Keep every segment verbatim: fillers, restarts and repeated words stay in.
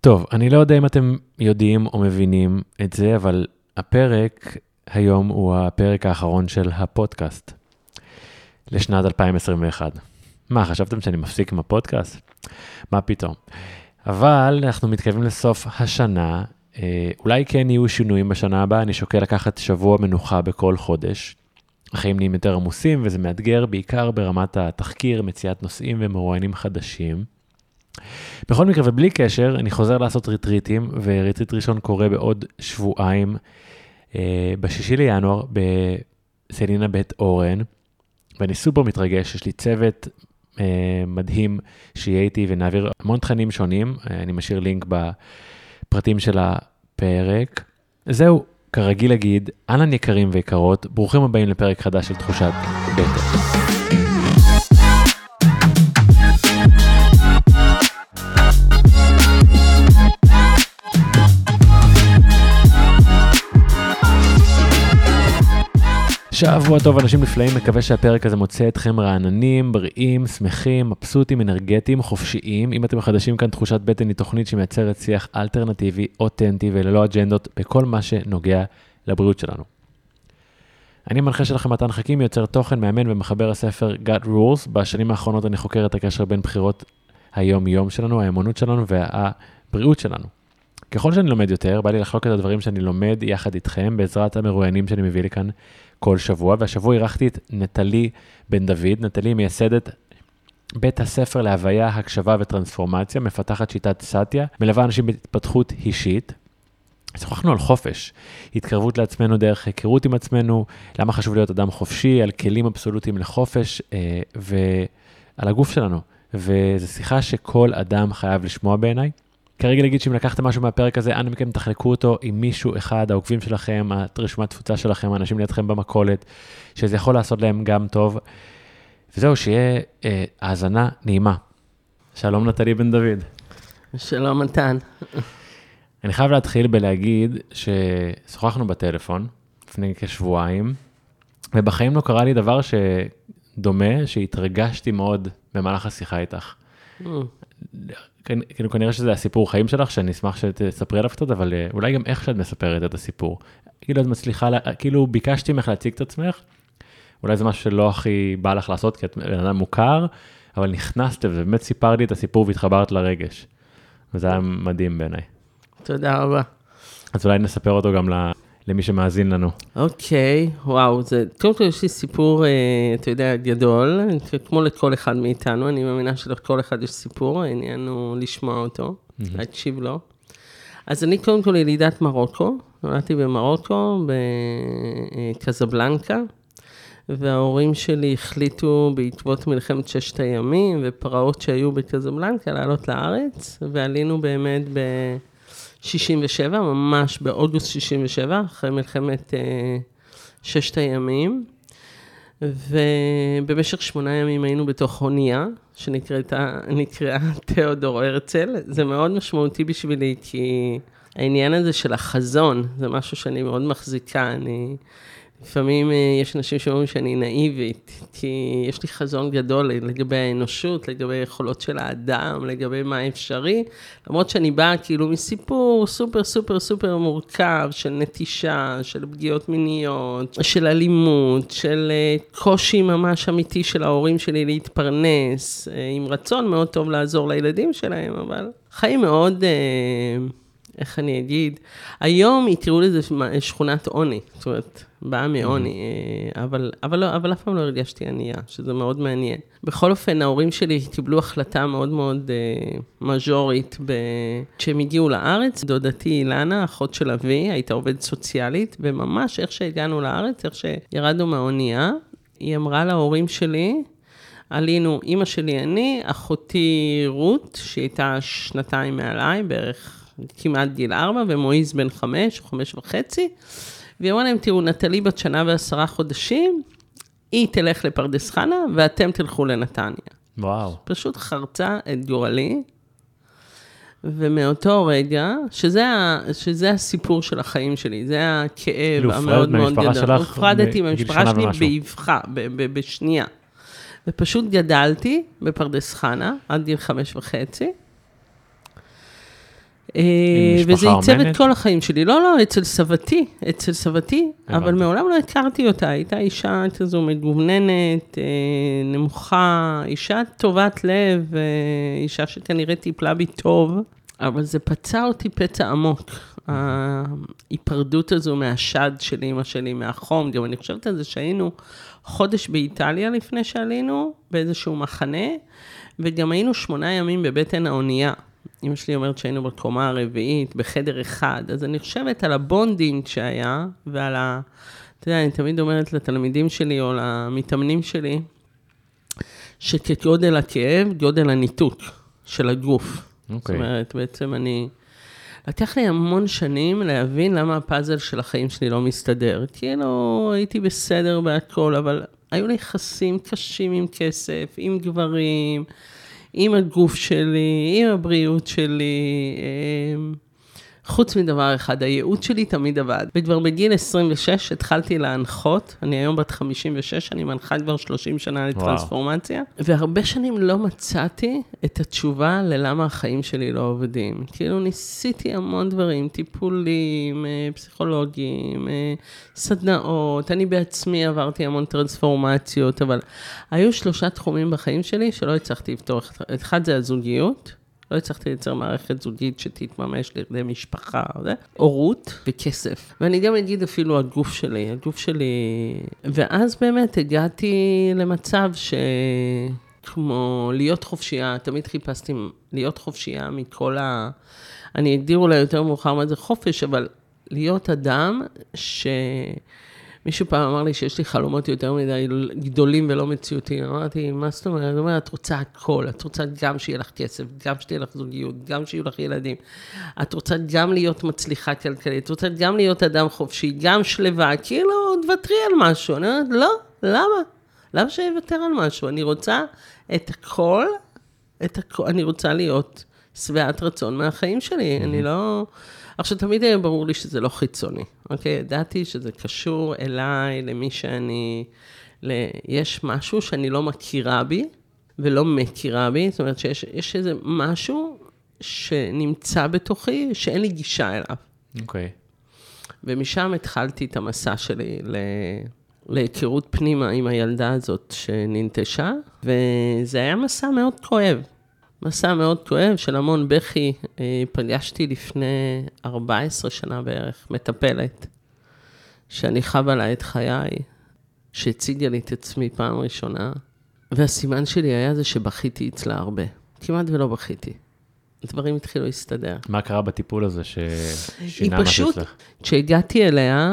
טוב, אני לא יודע אם אתם יודעים או מבינים את זה, אבל הפרק היום הוא הפרק האחרון של הפודקאסט לשנת אלפיים עשרים ואחת. מה, חשבתם שאני מפסיק עם הפודקאסט? מה פתאום? אבל אנחנו מתקרבים לסוף השנה, אולי כן יהיו שינויים בשנה הבאה, אני שוקל לקחת שבוע מנוחה בכל חודש. החיים נהיים יותר עמוסים וזה מאתגר, בעיקר ברמת התחקיר, מציאת נושאים ומרואיינים חדשים. בכל מקרה ובלי קשר, אני חוזר לעשות ריטריטים, וריטריט ראשון קורה בעוד שבועיים, בשישי לינואר, בסלינה בית אורן, ואני סופר מתרגש, יש לי צוות מדהים שיהיה איתי, ונעביר המון תכנים שונים, אני משאיר לינק בפרטים של הפרק. זהו, כרגיל אגיד, אהלן יקרים ויקרות, ברוכים הבאים לפרק חדש של תחושת בטן. שבוע טוב אנשים נפלאים, מקווה שהפרק הזה מוצא אתכם רעננים, בריאים, שמחים, מבסוטים, אנרגטיים, חופשיים. אם אתם חדשים כאן, תחושת בטן היא תוכנית שמייצרת שיח אלטרנטיבי, אותנטי וללא אג'נדות בכל מה שנוגע לבריאות שלנו. אני מנחה שלכם מתן חכים, יוצר תוכן, מאמן ומחבר הספר God Rules. בשנים האחרונות אני חוקר את הקשר בין בחירות היום-יום שלנו, האמונות שלנו והבריאות שלנו. ככל שאני לומד יותר, בא לי לחלוק את הדברים שאני לומד יחד איתכם, בעזרת המרואיינים שאני מביא לי כאן כל שבוע, והשבוע אירחתי את נטלי בן דוד. נטלי מייסדת בית הספר להוויה, הקשבה וטרנספורמציה, מפתחת שיטת סאטיה, מלווה אנשים בהתפתחות אישית. שוחחנו על חופש, התקרבות לעצמנו דרך היכרות עם עצמנו, למה חשוב להיות אדם חופשי, על כלים אבסולוטיים לחופש, ועל הגוף שלנו. וזו שיחה שכל אדם חייב לשמוע בעיניי. כרגע להגיד שאם לקחתם משהו מהפרק הזה, אנא מכם תחלקו אותו עם מישהו אחד, העוקבים שלכם, הרשימת תפוצה שלכם, האנשים לידכם במקולת, שזה יכול לעשות להם גם טוב. וזהו, שיהיה אה, האזנה נעימה. שלום נטלי בן דוד. שלום מתן. אני חייב להתחיל בלהגיד ששוחחנו בטלפון לפני כשבועיים, ובחיים לא קרה לי דבר שדומה, שהתרגשתי מאוד במהלך השיחה איתך. כאילו כנראה שזה הסיפור חיים שלך, שאני אשמח שתספרי עליו קצת, אבל אולי גם איך שאת מספרת את הסיפור. כאילו את מצליחה, כאילו ביקשתי ממך להציג את עצמך, אולי זה משהו שלא הכי בא לך לעשות, כי את בן אדם מוכר, אבל נכנסת ובאמת סיפרתי את הסיפור והתחברת לרגש. וזה היה מדהים בעיניי. תודה רבה. אז אולי נספר אותו גם למי שמאזין לנו. אוקיי, וואו, זה, קודם כל יש לי סיפור, אתה יודע, גדול, כמו לכל אחד מאיתנו, אני מאמינה שלכל אחד יש סיפור, העניין הוא לשמוע אותו, להקשיב לו. אז אני קודם כל ילידת מרוקו, נולדתי במרוקו, בקזבלנקה, וההורים שלי החליטו בעקבות מלחמת ששת הימים, ופרעות שהיו בקזבלנקה, לעלות לארץ, ועלינו באמת ב... שישים ושבע, ממש באוגוסט שישים ושבע, אחרי מלחמת אה, ששת הימים, ובמשך שמונה ימים היינו בתוך אונייה, שנקראה תיאודור הרצל. זה מאוד משמעותי בשבילי, כי העניין הזה של החזון, זה משהו שאני מאוד מחזיקה. אני, לפעמים יש אנשים שאומרים שאני נאיבית, כי יש לי חזון גדול לגבי האנושות, לגבי היכולות של האדם, לגבי מה אפשרי, למרות שאני באה כאילו מסיפור סופר סופר סופר מורכב, של נטישה, של פגיעות מיניות, של אלימות, של קושי ממש אמיתי של ההורים שלי להתפרנס, עם רצון מאוד טוב לעזור לילדים שלהם, אבל חיים מאוד... איך אני אגיד, היום יקראו לזה שכונת עוני, זאת אומרת, באה מעוני, אבל, אבל, לא, אבל אף פעם לא הרגשתי ענייה, שזה מאוד מעניין. בכל אופן, ההורים שלי קיבלו החלטה מאוד מאוד אה, מז'ורית, כשהם הגיעו לארץ. דודתי אילנה, אחות של אבי, הייתה עובדת סוציאלית, וממש איך שהגענו לארץ, איך שירדנו מהעונייה, היא אמרה להורים שלי, עלינו, אמא שלי אני, אחותי רות, שהיא הייתה שנתיים מעליי, בערך, כמעט גיל ארבע, ומואיז בן חמש, או חמש וחצי, והיא אמרה להם, תראו, נטלי בת שנה ועשרה חודשים, היא תלך לפרדס חנה, ואתם תלכו לנתניה. וואו. פשוט חרצה את גורלי, ומאותו רגע, שזה, שזה הסיפור של החיים שלי, זה הכאב המאוד מאוד גדול. הופרדתי מהמשפחה שלי באבחה, בשנייה. ופשוט גדלתי בפרדס חנה, עד גיל חמש וחצי, וזה ייצב את כל החיים שלי. לא, לא, אצל סבתי, אצל סבתי, אבל מעולם לא הכרתי אותה. הייתה אישה כזו מגווננת, נמוכה, אישה טובת לב, אישה שכנראה טיפלה בי טוב, אבל זה פצע אותי פצע עמוק. ההיפרדות הזו מהשד של אמא שלי, מהחום, גם אני חושבת על זה שהיינו חודש באיטליה לפני שעלינו, באיזשהו מחנה, וגם היינו שמונה ימים בבטן האונייה. אמא שלי אומרת שהיינו בקומה הרביעית, בחדר אחד, אז אני חושבת על הבונדינג שהיה, ועל ה... אתה יודע, אני תמיד אומרת לתלמידים שלי, או למתאמנים שלי, שכגודל הכאב, גודל הניתוק של הגוף. Okay. זאת אומרת, בעצם אני... לקח לי המון שנים להבין למה הפאזל של החיים שלי לא מסתדר. כאילו, הייתי בסדר בהכל, אבל היו לי יחסים קשים עם כסף, עם גברים, עם הגוף שלי, עם הבריאות שלי. חוץ מדבר אחד, הייעוד שלי תמיד עבד. וכבר בגיל עשרים ושש התחלתי להנחות, אני היום בת חמישים ושש, אני מנחה כבר שלושים שנה לטרנספורמציה, והרבה שנים לא מצאתי את התשובה ללמה החיים שלי לא עובדים. כאילו ניסיתי המון דברים, טיפולים, פסיכולוגיים, סדנאות, אני בעצמי עברתי המון טרנספורמציות, אבל היו שלושה תחומים בחיים שלי שלא הצלחתי לפתור. אחד זה הזוגיות, לא הצלחתי ליצר מערכת זוגית שתתממש לכדי משפחה, הורות וכסף. ואני גם אגיד אפילו הגוף שלי, הגוף שלי... ואז באמת הגעתי למצב שכמו להיות חופשייה, תמיד חיפשתי להיות חופשייה מכל ה... אני אגדיר אולי יותר מאוחר מה זה חופש, אבל להיות אדם ש... מישהו פעם אמר לי שיש לי חלומות יותר מדי גדולים ולא מציאותיים. אמרתי, מה זאת אומרת? אני אומרת, את רוצה הכל. את רוצה גם שיהיה לך כסף, גם שתהיה לך זוגיות, גם שיהיו לך ילדים. את רוצה גם להיות מצליחה כלכלית, את רוצה גם להיות אדם חופשי, גם שלווה. כאילו, תוותרי על משהו. אני אומרת, לא, למה? למה שיוותר על משהו? אני רוצה את הכל, את הכל. אני רוצה להיות שבעת רצון מהחיים שלי. אני לא... עכשיו, תמיד היה ברור לי שזה לא חיצוני, אוקיי? ידעתי שזה קשור אליי, למי שאני... ל... יש משהו שאני לא מכירה בי, ולא מכירה בי, זאת אומרת שיש יש איזה משהו שנמצא בתוכי, שאין לי גישה אליו. אוקיי. ומשם התחלתי את המסע שלי ל... להיכרות פנימה עם הילדה הזאת שננטשה, וזה היה מסע מאוד כואב. מסע מאוד כואב של המון בכי, פגשתי לפני ארבע עשרה שנה בערך, מטפלת, שאני חווה לה את חיי, שהציגה לי את עצמי פעם ראשונה, והסימן שלי היה זה שבכיתי אצלה הרבה, כמעט ולא בכיתי. הדברים התחילו להסתדר. מה קרה בטיפול הזה ששינה מה פשוט, שאצלך? כשהגעתי אליה,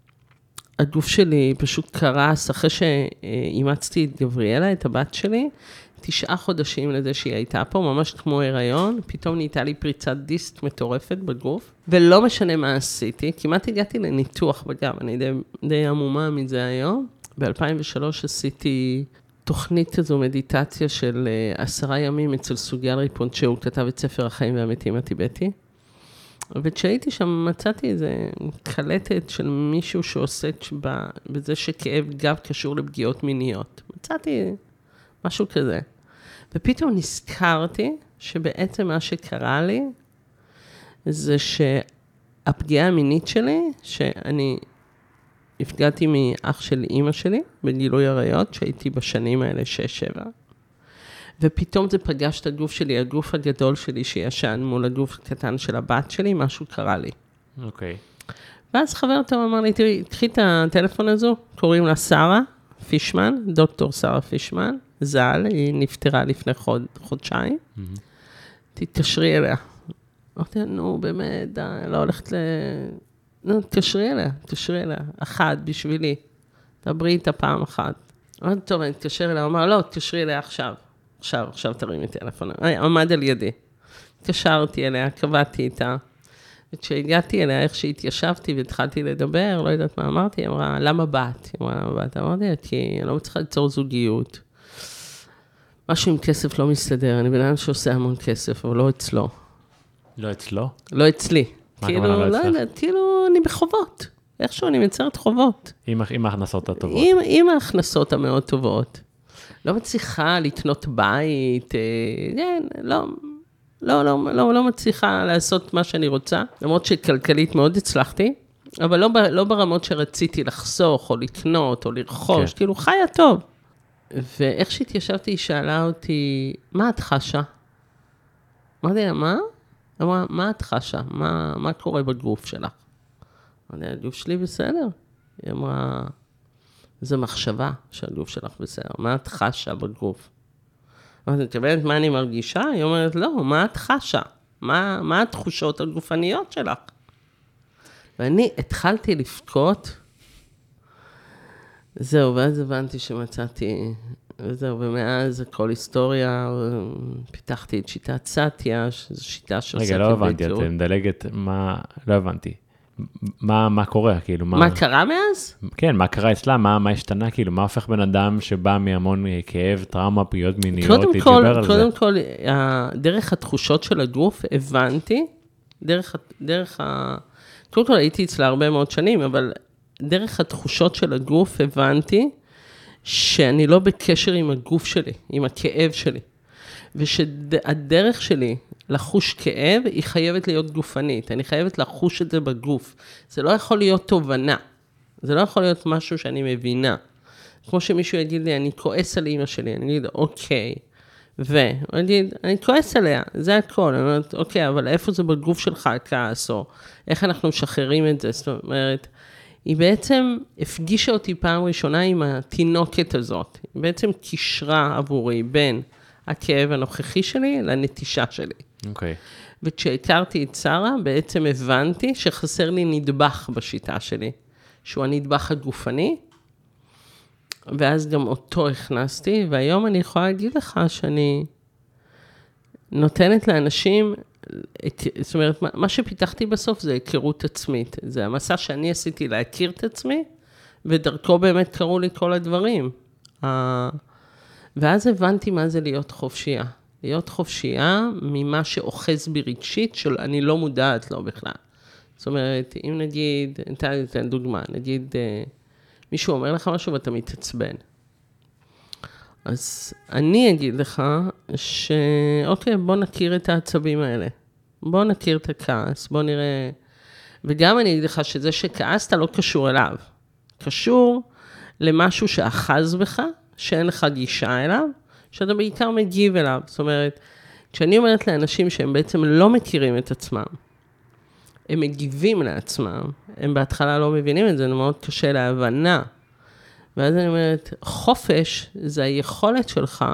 הגוף שלי פשוט קרס, אחרי שאימצתי את גבריאלה, את הבת שלי, תשעה חודשים לזה שהיא הייתה פה, ממש כמו הריון, פתאום נהייתה לי פריצת דיסק מטורפת בגוף, ולא משנה מה עשיתי, כמעט הגעתי לניתוח בגב, אני די, די עמומה מזה היום. ב-אלפיים ושלוש עשיתי תוכנית כזו, מדיטציה של עשרה ימים אצל סוגיאל ריפונצ'ה, הוא כתב את ספר החיים והמתים הטיבטי, וכשהייתי שם מצאתי איזה קלטת של מישהו שעוסק בזה שכאב גב קשור לפגיעות מיניות. מצאתי משהו כזה. ופתאום נזכרתי שבעצם מה שקרה לי, זה שהפגיעה המינית שלי, שאני הפגעתי מאח של אמא שלי, בגילוי עריות, שהייתי בשנים האלה שש שבע, ופתאום זה פגש את הגוף שלי, הגוף הגדול שלי שישן מול הגוף הקטן של הבת שלי, משהו קרה לי. אוקיי. ואז חבר טוב אמר לי, תראי, תקחי את הטלפון הזו, קוראים לה שרה פישמן, דוקטור שרה פישמן, זל, היא נפטרה לפני חוד, חודשיים, mm-hmm. תתקשרי אליה. אמרתי, נו, באמת, די, לא הולכת ל... נו, תקשרי אליה, תקשרי אליה, אחת בשבילי, דברי איתה פעם אחת. אמרתי, טוב, אני תקשר אליה, הוא אמר, לא, תקשרי אליה עכשיו, עכשיו, עכשיו תרימי טלפון, עמד על ידי. תקשרתי אליה, קבעתי איתה, וכשהגעתי אליה, איך שהתיישבתי והתחלתי לדבר, לא יודעת מה אמרתי, היא אמרה, למה באת? היא אמרה, למה באת? אמרתי, כי אני לא צריכה ליצור זוגיות. משהו עם כסף לא מסתדר, אני בן אדם שעושה המון כסף, אבל לא אצלו. לא אצלו? לא אצלי. מה כאילו, הכוונה לא לא אצלך? יודעת, כאילו, אני בחובות. איכשהו אני מצרת חובות. עם, עם ההכנסות הטובות. עם, עם ההכנסות המאוד טובות. לא מצליחה לקנות בית, אה, כן, לא, לא, לא, לא, לא מצליחה לעשות מה שאני רוצה, למרות שכלכלית מאוד הצלחתי, אבל לא, לא ברמות שרציתי לחסוך, או לקנות, או לרכוש, כן. כאילו חיה טוב. ואיך שהתיישבתי, היא שאלה אותי, מה את חשה? אמרתי לה, מה? אמרה, מה את חשה? מה, מה קורה בגוף שלך? אמרתי לה, הגוף שלי בסדר. היא אמרה, זו מחשבה שהגוף שלך בסדר. מה את חשה בגוף? אמרתי, את יודעת מה אני מרגישה? היא אומרת, לא, מה את חשה? מה, מה התחושות הגופניות שלך? ואני התחלתי לפקות, זהו, ואז הבנתי שמצאתי, וזהו, ומאז הכל היסטוריה, פיתחתי את שיטת סאטיה, שזו שיטה שעוסקת רגע, לא הבנתי, את מדלגת, מה, לא הבנתי. מה, מה קורה, כאילו, מה... מה קרה מאז? כן, מה קרה אצלה, מה, מה השתנה, כאילו, מה הופך בן אדם שבא מהמון כאב, טראומה, פגיעות מיניות, להתגבר על זה? קודם כל, דרך התחושות של הגוף, הבנתי, דרך, דרך ה... קודם כל, הייתי אצלה הרבה מאוד שנים, אבל דרך התחושות של הגוף, הבנתי שאני לא בקשר עם הגוף שלי, עם הכאב שלי, ושהדרך שלי לחוש כאב, היא חייבת להיות גופנית. אני חייבת לחוש את זה בגוף. זה לא יכול להיות תובנה. זה לא יכול להיות משהו שאני מבינה. כמו שמישהו יגיד לי, אני כועס על אמא שלי. אני אגיד, אוקיי. והוא יגיד, אני כועס עליה. זה הכל. אני אומרת, אוקיי, אבל איפה זה בגוף שלך, הכעס, או איך אנחנו משחררים את זה? זאת אומרת, היא בעצם הפגישה אותי פעם ראשונה עם התינוקת הזאת. היא בעצם קישרה עבורי בין הכאב הנוכחי שלי לנטישה שלי. אוקיי. Okay. וכשהכרתי את שרה, בעצם הבנתי שחסר לי נדבך בשיטה שלי, שהוא הנדבך הגופני, ואז גם אותו הכנסתי, והיום אני יכולה להגיד לך שאני נותנת לאנשים, את, זאת אומרת, מה שפיתחתי בסוף זה היכרות עצמית. זה המסע שאני עשיתי להכיר את עצמי, ודרכו באמת קרו לי כל הדברים. ואז הבנתי מה זה להיות חופשייה. להיות חופשייה ממה שאוחז בי רגשית, שאני לא מודעת לו בכלל. זאת אומרת, אם נגיד, נתן דוגמה, נגיד, מישהו אומר לך משהו ואתה מתעצבן. אז אני אגיד לך שאוקיי, בוא נכיר את העצבים האלה. בוא נכיר את הכעס, בוא נראה. וגם אני אגיד לך שזה שכעסת לא קשור אליו. קשור למשהו שאחז בך, שאין לך גישה אליו, שאתה בעיקר מגיב אליו. זאת אומרת, כשאני אומרת לאנשים שהם בעצם לא מכירים את עצמם, הם מגיבים לעצמם, הם בהתחלה לא מבינים את זה, זה מאוד קשה להבנה. ואז אני אומרת, חופש זה היכולת שלך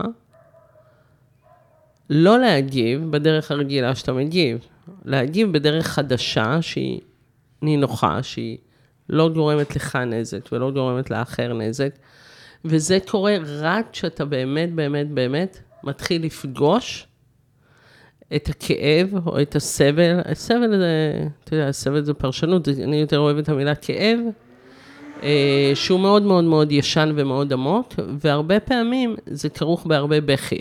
לא להגיב בדרך הרגילה שאתה מגיב, להגיב בדרך חדשה שהיא נינוחה, שהיא לא גורמת לך נזק ולא גורמת לאחר נזק, וזה קורה רק כשאתה באמת, באמת, באמת מתחיל לפגוש את הכאב או את הסבל. הסבל זה, אתה יודע, הסבל זה פרשנות, אני יותר אוהב את המילה כאב, שהוא מאוד מאוד מאוד ישן ומאוד עמוק, והרבה פעמים זה כרוך בהרבה בכי.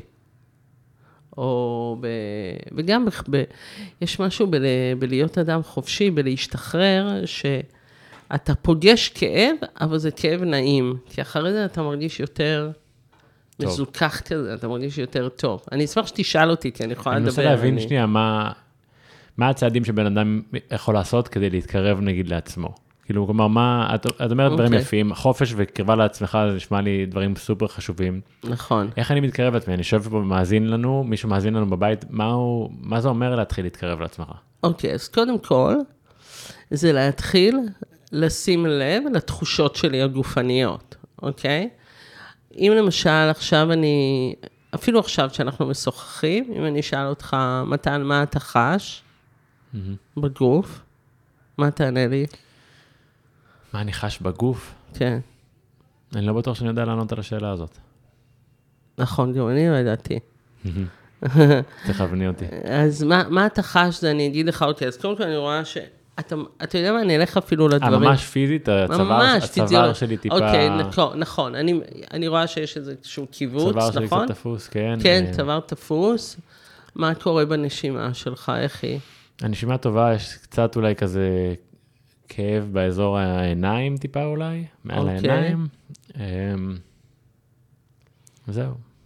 או ב... וגם ב... ב... יש משהו ב... בלהיות אדם חופשי, בלהשתחרר, שאתה פוגש כאב, אבל זה כאב נעים, כי אחרי זה אתה מרגיש יותר טוב. מזוכח כזה, אתה מרגיש יותר טוב. אני אשמח שתשאל אותי, כי אני יכולה לדבר. אני מנסה להבין אני... שנייה, מה... מה הצעדים שבן אדם יכול לעשות כדי להתקרב נגיד לעצמו? כאילו, כלומר, מה, את, את אומרת דברים יפים, חופש וקרבה לעצמך, זה נשמע לי דברים סופר חשובים. נכון. איך אני מתקרב לעצמי? אני יושב פה ומאזין לנו, מישהו מאזין לנו בבית, מה, הוא, מה זה אומר להתחיל להתקרב לעצמך? אוקיי, אז קודם כל, זה להתחיל לשים לב לתחושות שלי הגופניות, אוקיי? אם למשל עכשיו אני, אפילו עכשיו שאנחנו משוחחים, אם אני אשאל אותך, מתן, מה אתה חש בגוף? מה תענה לי? מה אני חש בגוף? כן. אני לא בטוח שאני יודע לענות על השאלה הזאת. נכון, גם אני לא ידעתי. תכווני אותי. אז מה, מה אתה חש? זה אני אגיד לך, אוקיי, אז קודם כל אני רואה ש... אתה, אתה יודע מה, אני אלך אפילו לדברים. ממש פיזית, הצוואר, הצוואר שלי טיפה... אוקיי, נכון, נכון. אני, אני רואה שיש איזשהו קיבוץ, נכון? צוואר שלי קצת תפוס, כן. כן, צוואר תפוס. מה קורה בנשימה שלך? איך היא? הנשימה טובה, יש קצת אולי כזה... כאב באזור העיניים טיפה אולי, מעל העיניים. זהו,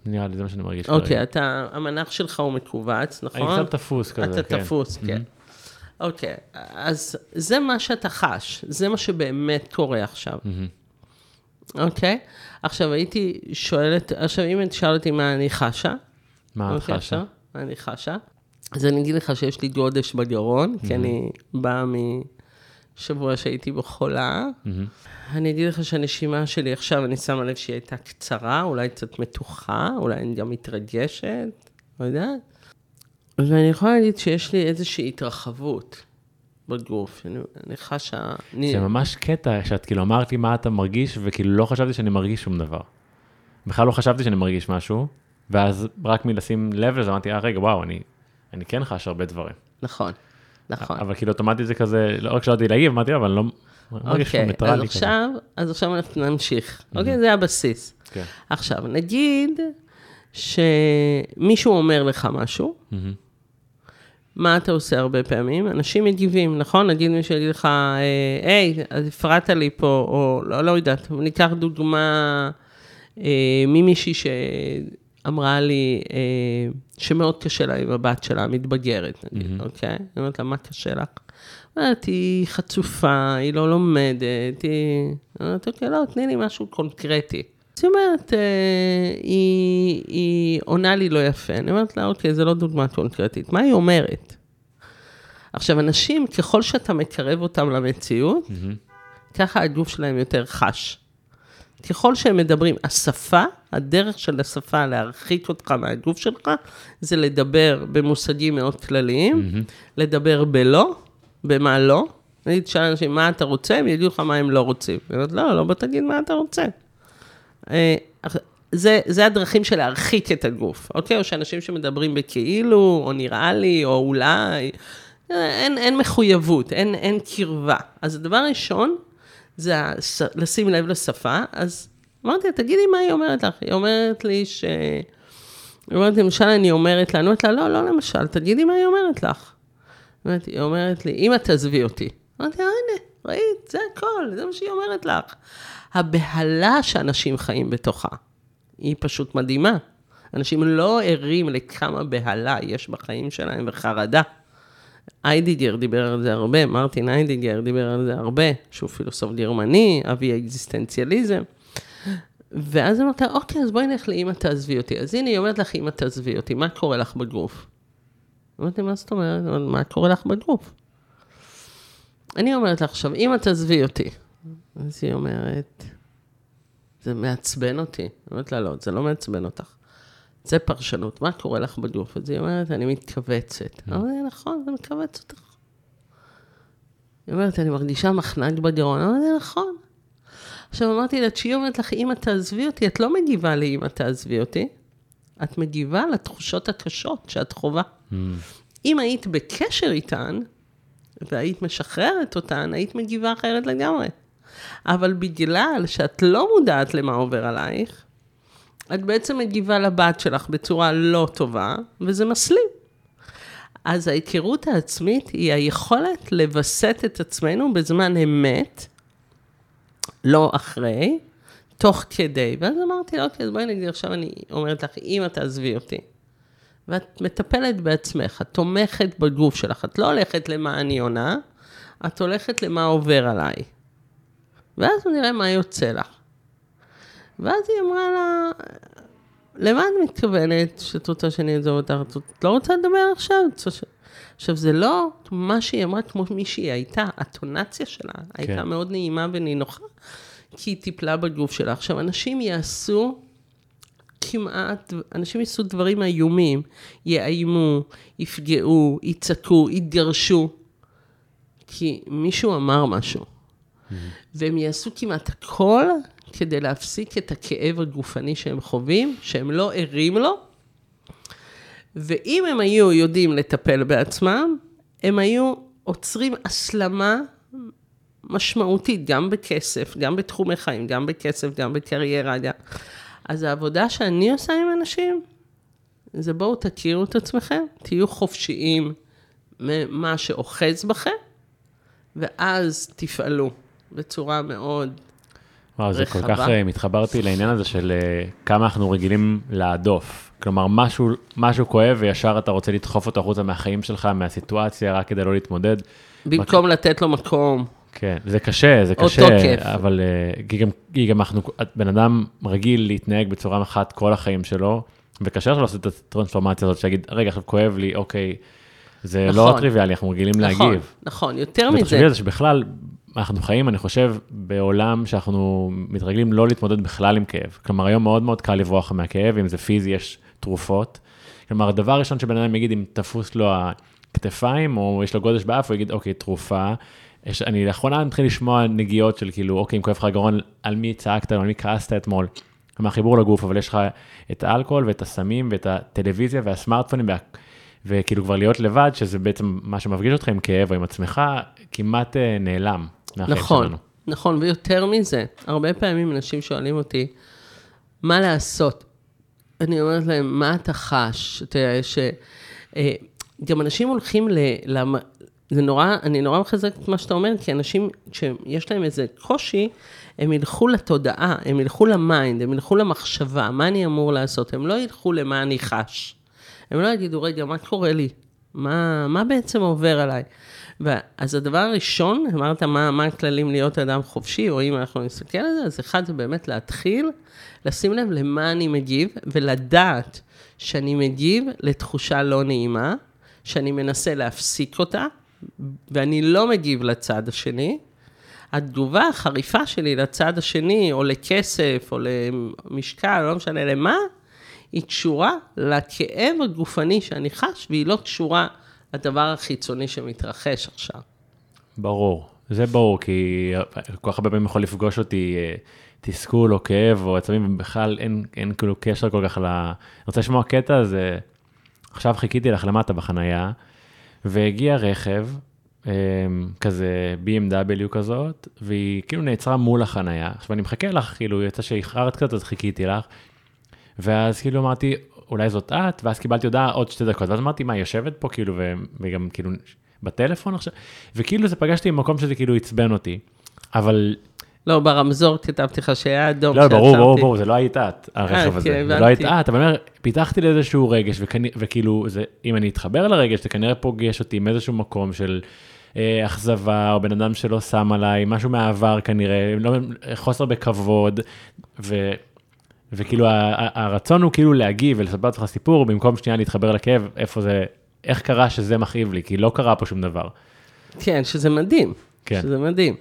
נראה לי, זה מה שאני מרגיש. אוקיי, אתה, המנח שלך הוא מקובץ, נכון? אני קצת תפוס כזה, אתה תפוס, כן. אוקיי, אז זה מה שאתה חש, זה מה שבאמת קורה עכשיו. אוקיי? עכשיו הייתי שואלת, עכשיו אם תשאל אותי מה אני חשה. מה את חשה? מה אני חשה? אז אני אגיד לך שיש לי גודש בגרון, כי אני באה משבוע שהייתי בחולה. אני אגיד לך שהנשימה שלי עכשיו, אני שמה לב שהיא הייתה קצרה, אולי קצת מתוחה, אולי אני גם מתרגשת, לא יודעת. ואני יכולה להגיד שיש לי איזושהי התרחבות בגוף. אני, אני חשה... זה ממש קטע שאת כאילו אמרת לי מה אתה מרגיש, וכאילו לא חשבתי שאני מרגיש שום דבר. בכלל לא חשבתי שאני מרגיש משהו, ואז רק מלשים לב לזה, אמרתי, אה, רגע, וואו, אני, אני כן חש הרבה דברים. נכון, נכון. אבל כאילו אוטומטית זה כזה, לא רק שאלתי להגיב, אמרתי, אבל אני לא מרגיש שהוא ניטרלי כזה. אז עכשיו אנחנו נמשיך. אוקיי, זה הבסיס. עכשיו, נגיד שמישהו אומר לך משהו, מה אתה עושה הרבה פעמים? אנשים מגיבים, נכון? נגיד מישהו יגיד לך, היי, אז הפרעת לי פה, או לא, לא יודעת, ניקח דוגמה ממישהי שאמרה לי שמאוד קשה לה עם הבת שלה, מתבגרת, נגיד, אוקיי? אני אומרת לה, מה קשה לך? אומרת, היא חצופה, היא לא לומדת, היא... אומרת, אוקיי, לא, תני לי משהו קונקרטי. זאת אומרת, היא, היא עונה לי לא יפה. אני אומרת לה, אוקיי, זה לא דוגמה קונקרטית. מה היא אומרת? עכשיו, אנשים, ככל שאתה מקרב אותם למציאות, mm-hmm. ככה הגוף שלהם יותר חש. ככל שהם מדברים, השפה, הדרך של השפה להרחיק אותך מהגוף שלך, זה לדבר במושגים מאוד כלליים, mm-hmm. לדבר בלא, במה לא. אני תשאל אנשים, מה אתה רוצה? הם יגידו לך מה הם לא רוצים. אני אומרת, לא, לא בוא תגיד מה אתה רוצה. זה, זה הדרכים של להרחיק את הגוף, אוקיי? או שאנשים שמדברים בכאילו, או נראה לי, או אולי, אין, אין מחויבות, אין, אין קרבה. אז הדבר הראשון, זה לשים לב לשפה, אז אמרתי, תגידי מה היא אומרת לך? היא אומרת לי ש... היא אומרת לי, למשל, אני אומרת לה, אני אומרת לה, לא, לא למשל, תגידי מה היא אומרת לך. היא אומרת לי, אמא תעזבי אותי. אמרתי, הנה, ראית, זה הכל, זה מה שהיא אומרת לך. הבהלה שאנשים חיים בתוכה, היא פשוט מדהימה. אנשים לא ערים לכמה בהלה יש בחיים שלהם וחרדה. איידיגר דיבר על זה הרבה, מרטין איידיגר דיבר על זה הרבה, שהוא פילוסוף גרמני, אבי האקזיסטנציאליזם. ואז אמרת, אוקיי, אז בואי נלך לאמא תעזבי אותי. אז הנה, היא אומרת לך, אמא תעזבי אותי, מה קורה לך בגוף? אמרתי, מה זאת אומרת? מה קורה לך בגוף? אני אומרת לך עכשיו, אמא תעזבי אותי. אז היא אומרת, זה מעצבן אותי. אני אומרת לה, לא, זה לא מעצבן אותך. זה פרשנות, מה קורה לך בגוף? אז היא אומרת, אני מתכווצת. אני אומרת, נכון, זה מכווץ אותך. היא אומרת, אני מרגישה מחנק בגרון. אני אומרת, נכון. עכשיו אמרתי לה, כשהיא אומרת לך, אמא תעזבי אותי, את לא מגיבה לי, אמא תעזבי אותי. את מגיבה לתחושות הקשות שאת חובה. אם היית בקשר איתן, והיית משחררת אותן, היית מגיבה אחרת לגמרי. אבל בגלל שאת לא מודעת למה עובר עלייך, את בעצם מגיבה לבת שלך בצורה לא טובה, וזה מסלים. אז ההיכרות העצמית היא היכולת לבסט את עצמנו בזמן אמת, לא אחרי, תוך כדי. ואז אמרתי, אוקיי, אז בואי נגיד, עכשיו אני אומרת לך, אמא תעזבי אותי. ואת מטפלת בעצמך, את תומכת בגוף שלך, את לא הולכת למה אני עונה, את הולכת למה עובר עליי. ואז נראה מה יוצא לך. ואז היא אמרה לה, למה את מתכוונת שאת רוצה שאני אעזוב אותך? את לא רוצה לדבר עכשיו? עכשיו, זה לא מה שהיא אמרה כמו מי שהיא הייתה, הטונציה שלה הייתה כן. מאוד נעימה ונינוחה, כי היא טיפלה בגוף שלה. עכשיו, אנשים יעשו כמעט, אנשים יעשו דברים איומים, יאיימו, יפגעו, יצעקו, יתגרשו, כי מישהו אמר משהו. Mm-hmm. והם יעשו כמעט הכל כדי להפסיק את הכאב הגופני שהם חווים, שהם לא ערים לו, ואם הם היו יודעים לטפל בעצמם, הם היו עוצרים הסלמה משמעותית, גם בכסף, גם בתחומי חיים, גם בכסף, גם בקריירה. אז העבודה שאני עושה עם אנשים, זה בואו תכירו את עצמכם, תהיו חופשיים ממה שאוחז בכם, ואז תפעלו בצורה מאוד... וואו, זה כל כך מתחברתי לעניין הזה של כמה אנחנו רגילים להדוף. כלומר, משהו, משהו כואב וישר אתה רוצה לדחוף אותו החוצה מהחיים שלך, מהסיטואציה, רק כדי לא להתמודד. במקום לתת לו מקום. כן, זה קשה, זה קשה, אבל כי גם, כי גם אנחנו, בן אדם רגיל להתנהג בצורה אחת כל החיים שלו, וקשה שלו לעשות את הטרנספורמציה הזאת, שיגיד, רגע, עכשיו כואב לי, אוקיי, זה נכון, לא טריוויאלי, אנחנו רגילים נכון, להגיב. נכון, יותר מזה. ותחשבי על זה שבכלל, אנחנו חיים, אני חושב, בעולם שאנחנו מתרגלים לא להתמודד בכלל עם כאב. כלומר, היום מאוד מאוד קל לברוח מהכאב, אם זה פיזי, יש תרופות. כלומר, הדבר הראשון שבן אדם יגיד, אם תפוס לו הכתפיים, או יש לו גודש באף, הוא יגיד, אוקיי, תרופה. יש, אני לאחרונה מתחיל לשמוע נגיעות של כאילו, אוקיי, אם כואב לך גרון, על מי צעקת, על מי כעסת אתמול. כלומר, חיבור לגוף, אבל יש לך את האלכוהול ואת הסמים ואת הטלוויזיה והסמארטפונים, וה... וכאילו כבר להיות לבד, שזה בעצם מה שמפגיש אותך עם כאב או עם עצמך, כמעט נעלם מהחיים נכון, שלנו. נכון, ויותר מזה, הרבה פעמים אנשים שואלים אותי, מה לעשות? אני אומרת להם, מה אתה חש? אתה יודע, שגם אנשים הולכים ל... זה נורא, אני נורא מחזק את מה שאתה אומר, כי אנשים, כשיש להם איזה קושי, הם ילכו לתודעה, הם ילכו למיינד, הם ילכו למחשבה, מה אני אמור לעשות? הם לא ילכו למה אני חש. הם לא יגידו, רגע, מה קורה לי? מה, מה בעצם עובר עליי? אז הדבר הראשון, אמרת, מה, מה הכללים להיות אדם חופשי, או אם אנחנו נסתכל על זה, אז אחד זה באמת להתחיל, לשים לב למה אני מגיב, ולדעת שאני מגיב לתחושה לא נעימה, שאני מנסה להפסיק אותה, ואני לא מגיב לצד השני. התגובה החריפה שלי לצד השני, או לכסף, או למשקל, לא משנה למה, היא קשורה לכאב הגופני שאני חש, והיא לא קשורה לדבר החיצוני שמתרחש עכשיו. ברור, זה ברור, כי כל כך הרבה פעמים יכול לפגוש אותי תסכול או כאב, או עצבים, ובכלל אין, אין כאילו קשר כל כך ל... אני רוצה לשמוע קטע, אז עכשיו חיכיתי לך למטה בחנייה, והגיע רכב, כזה בי אם דאבליו כזאת, והיא כאילו נעצרה מול החנייה. עכשיו אני מחכה לך, כאילו יצא שהכררת קצת, אז חיכיתי לך, ואז כאילו אמרתי, אולי זאת את, ואז קיבלתי הודעה עוד שתי דקות, ואז אמרתי, מה, יושבת פה כאילו, וגם כאילו בטלפון עכשיו, וכאילו זה פגשתי במקום שזה כאילו עצבן אותי, אבל... לא, ברמזור כתבתי לך שהיה אדום. לא, ברור, ברור, ברור, זה לא היית את, הרכב הזה, זה לא היית את, אבל אני אומר, פיתחתי לאיזשהו רגש, וכאילו, אם אני אתחבר לרגש, זה כנראה פוגש אותי עם איזשהו מקום של אכזבה, או בן אדם שלא שם עליי, משהו מהעבר כנראה, חוסר בכבוד, ו... וכאילו הרצון הוא כאילו להגיב ולספר לך סיפור, במקום שנייה להתחבר לכאב, איפה זה, איך קרה שזה מכאיב לי, כי לא קרה פה שום דבר. כן, שזה מדהים, כן. שזה מדהים.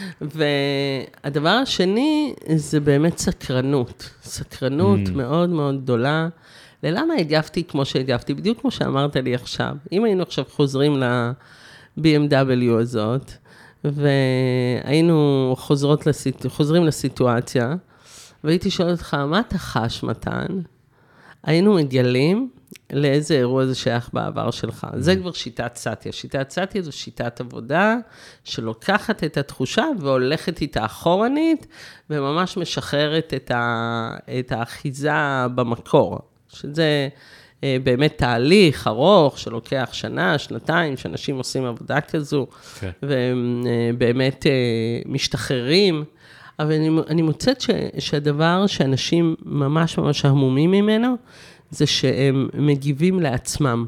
והדבר השני זה באמת סקרנות, סקרנות mm. מאוד מאוד גדולה, ללמה הגבתי כמו שהגבתי, בדיוק כמו שאמרת לי עכשיו, אם היינו עכשיו חוזרים ל-בי אם דאבליו הזאת, והיינו חוזרות לסיט... חוזרים לסיטואציה, והייתי שואלת אותך, מה אתה חש, מתן? היינו מגלים לאיזה אירוע זה שייך בעבר שלך. זה כבר שיטת סטיה. שיטת סטיה זו שיטת עבודה שלוקחת את התחושה והולכת איתה אחורנית, וממש משחררת את, ה... את האחיזה במקור. שזה באמת תהליך ארוך שלוקח שנה, שנתיים, שאנשים עושים עבודה כזו, okay. ובאמת משתחררים. אבל אני, אני מוצאת ש, שהדבר שאנשים ממש ממש המומים ממנו, זה שהם מגיבים לעצמם.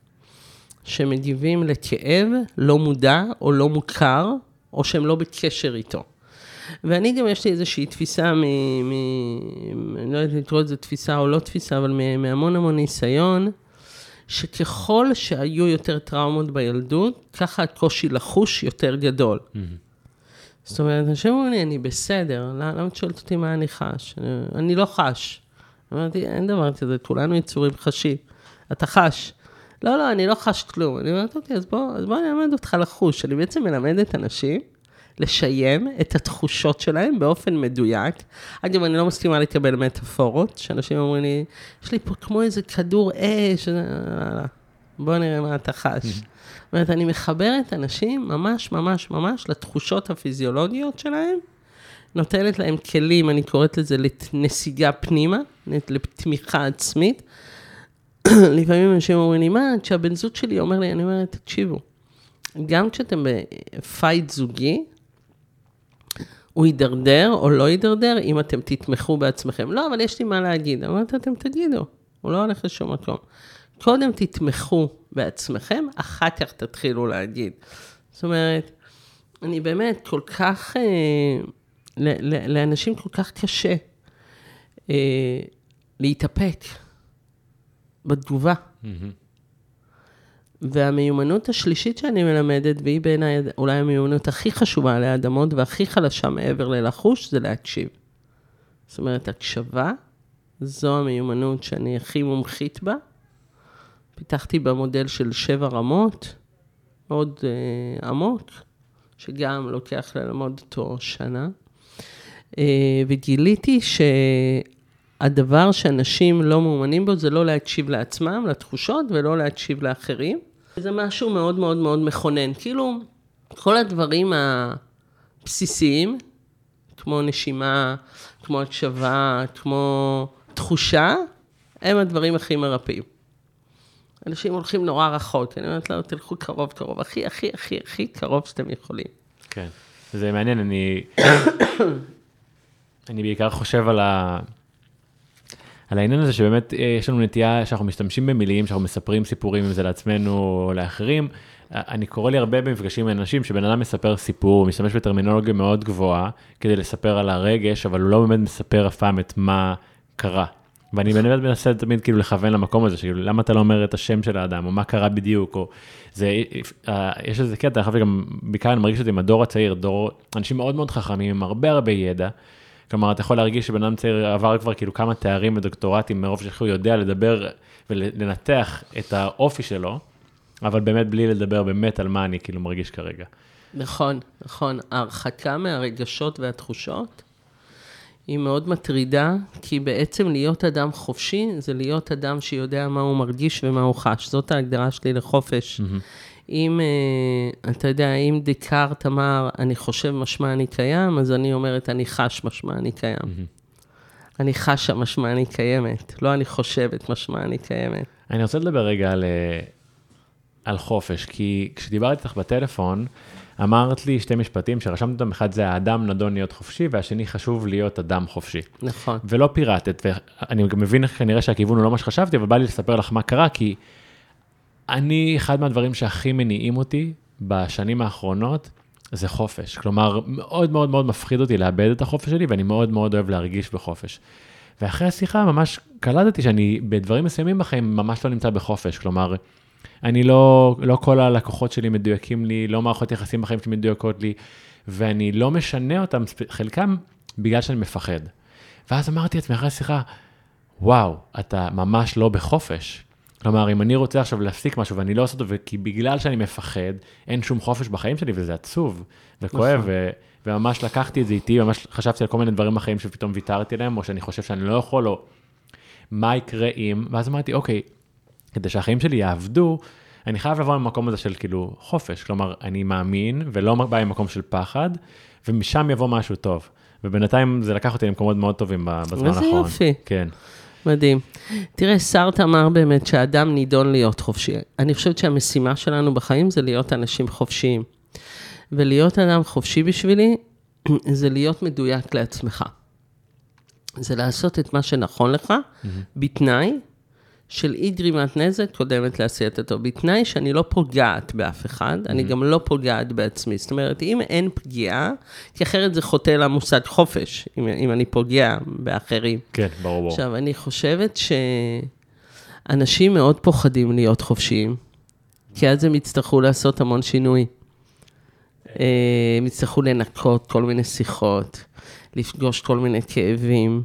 שמגיבים לכאב לא מודע או לא מוכר, או שהם לא בקשר איתו. ואני גם יש לי איזושהי תפיסה, מ, מ, אני לא יודעת לקרוא את זה תפיסה או לא תפיסה, אבל מהמון המון ניסיון, שככל שהיו יותר טראומות בילדות, ככה הקושי לחוש יותר גדול. Mm-hmm. זאת אומרת, אנשים אומרים לי, אני בסדר, למה את שואלת אותי מה אני חש? אני לא חש. אמרתי, אין דבר כזה, כולנו יצורים חשים. אתה חש. לא, לא, אני לא חש כלום. אני אומרת, אוקיי, אז בוא, אז בוא אני אלמד אותך לחוש. אני בעצם מלמדת אנשים לשיים את התחושות שלהם באופן מדויק. אגב, אני לא מסכימה לקבל מטאפורות, שאנשים אומרים לי, יש לי פה כמו איזה כדור אש, בוא נראה מה אתה חש. זאת אומרת, אני מחברת אנשים ממש ממש ממש לתחושות הפיזיולוגיות שלהם, נותנת להם כלים, אני קוראת לזה לנסיגה פנימה, לתמיכה עצמית. לפעמים אנשים אומרים לי, מה, כשהבן זוג שלי אומר לי, אני אומרת, תקשיבו, גם כשאתם בפייט זוגי, הוא יידרדר או לא יידרדר, אם אתם תתמכו בעצמכם. לא, אבל יש לי מה להגיד. אמרת, אתם תגידו. הוא לא הולך לשום מקום. קודם תתמכו בעצמכם, אחר כך תתחילו להגיד. זאת אומרת, אני באמת כל כך, אה, לאנשים כל כך קשה אה, להתאפק בתגובה. Mm-hmm. והמיומנות השלישית שאני מלמדת, והיא בעיניי אולי המיומנות הכי חשובה לאדמות, והכי חלשה מעבר ללחוש, זה להקשיב. זאת אומרת, הקשבה, זו המיומנות שאני הכי מומחית בה. פיתחתי במודל של שבע רמות, מאוד אה, עמוק, שגם לוקח ללמוד אותו שנה. אה, וגיליתי שהדבר שאנשים לא מאומנים בו, זה לא להקשיב לעצמם, לתחושות, ולא להקשיב לאחרים. זה משהו מאוד מאוד מאוד מכונן. כאילו, כל הדברים הבסיסיים, כמו נשימה, כמו הקשבה, כמו תחושה, הם הדברים הכי מרפאים. אנשים הולכים נורא רחוק, אני אומרת, לא, תלכו קרוב קרוב, הכי, הכי, הכי, הכי קרוב שאתם יכולים. כן, זה מעניין, אני, אני בעיקר חושב על ה... על העניין הזה שבאמת יש לנו נטייה שאנחנו משתמשים במילים, שאנחנו מספרים סיפורים, אם זה לעצמנו או לאחרים. אני קורא לי הרבה במפגשים עם אנשים שבן אדם מספר סיפור, הוא משתמש בטרמינולוגיה מאוד גבוהה, כדי לספר על הרגש, אבל הוא לא באמת מספר אף פעם את מה קרה. ואני באמת מנסה תמיד כאילו לכוון למקום הזה, שכאילו למה אתה לא אומר את השם של האדם, או מה קרה בדיוק, או זה, יש איזה קטע, אני חושב שגם בעיקר אני מרגיש את זה עם הדור הצעיר, דור, אנשים מאוד מאוד חכמים, עם הרבה הרבה ידע, כלומר, אתה יכול להרגיש שבן אדם צעיר עבר כבר כאילו כמה תארים ודוקטורטים, מרוב שהוא יודע לדבר ולנתח את האופי שלו, אבל באמת בלי לדבר באמת על מה אני כאילו מרגיש כרגע. נכון, נכון. ההרחקה מהרגשות והתחושות היא מאוד מטרידה, כי בעצם להיות אדם חופשי, זה להיות אדם שיודע מה הוא מרגיש ומה הוא חש. זאת ההגדרה שלי לחופש. Mm-hmm. אם, אתה יודע, אם דקארט אמר, אני חושב משמע אני קיים, אז אני אומרת, אני חש משמע אני קיים. Mm-hmm. אני חשה משמע אני קיימת, לא אני חושבת משמע אני קיימת. אני רוצה לדבר רגע על, על חופש, כי כשדיברתי איתך בטלפון, אמרת לי שתי משפטים שרשמת אותם, אחד זה האדם נדון להיות חופשי, והשני חשוב להיות אדם חופשי. נכון. ולא פירטת, ואני מבין כנראה שהכיוון הוא לא מה שחשבתי, אבל בא לי לספר לך מה קרה, כי אני, אחד מהדברים שהכי מניעים אותי בשנים האחרונות, זה חופש. כלומר, מאוד מאוד מאוד מפחיד אותי לאבד את החופש שלי, ואני מאוד מאוד אוהב להרגיש בחופש. ואחרי השיחה ממש קלטתי שאני בדברים מסוימים בחיים ממש לא נמצא בחופש. כלומר, אני לא, לא כל הלקוחות שלי מדויקים לי, לא מערכות יחסים בחיים שלי מדויקות לי, ואני לא משנה אותם, חלקם בגלל שאני מפחד. ואז אמרתי לעצמי אחרי השיחה, וואו, אתה ממש לא בחופש. כלומר, אם אני רוצה עכשיו להפסיק משהו ואני לא עושה אותו, וכי בגלל שאני מפחד, אין שום חופש בחיים שלי, וזה עצוב וכואב, ו- וממש לקחתי את זה איתי, ממש חשבתי על כל מיני דברים בחיים שפתאום ויתרתי עליהם, או שאני חושב שאני לא יכול, או מה יקרה אם, ואז אמרתי, אוקיי, כדי שהחיים שלי יעבדו, אני חייב לבוא למקום הזה של כאילו חופש, כלומר, אני מאמין, ולא בא עם מקום של פחד, ומשם יבוא משהו טוב. ובינתיים זה לקח אותי למקומות מאוד טובים בזמן האחרון. איזה יופי. כן. מדהים. תראה, סארט אמר באמת שהאדם נידון להיות חופשי. אני חושבת שהמשימה שלנו בחיים זה להיות אנשים חופשיים. ולהיות אדם חופשי בשבילי, זה להיות מדויק לעצמך. זה לעשות את מה שנכון לך, mm-hmm. בתנאי של אי גרימת נזק קודמת לעשיית אותו. בתנאי שאני לא פוגעת באף אחד, mm-hmm. אני גם לא פוגעת בעצמי. זאת אומרת, אם אין פגיעה, כי אחרת זה חוטא למושג חופש, אם, אם אני פוגע באחרים. כן, ברור, ברור. עכשיו, אני חושבת שאנשים מאוד פוחדים להיות חופשיים, כי אז הם יצטרכו לעשות המון שינוי. הם יצטרכו לנקות כל מיני שיחות, לפגוש כל מיני כאבים,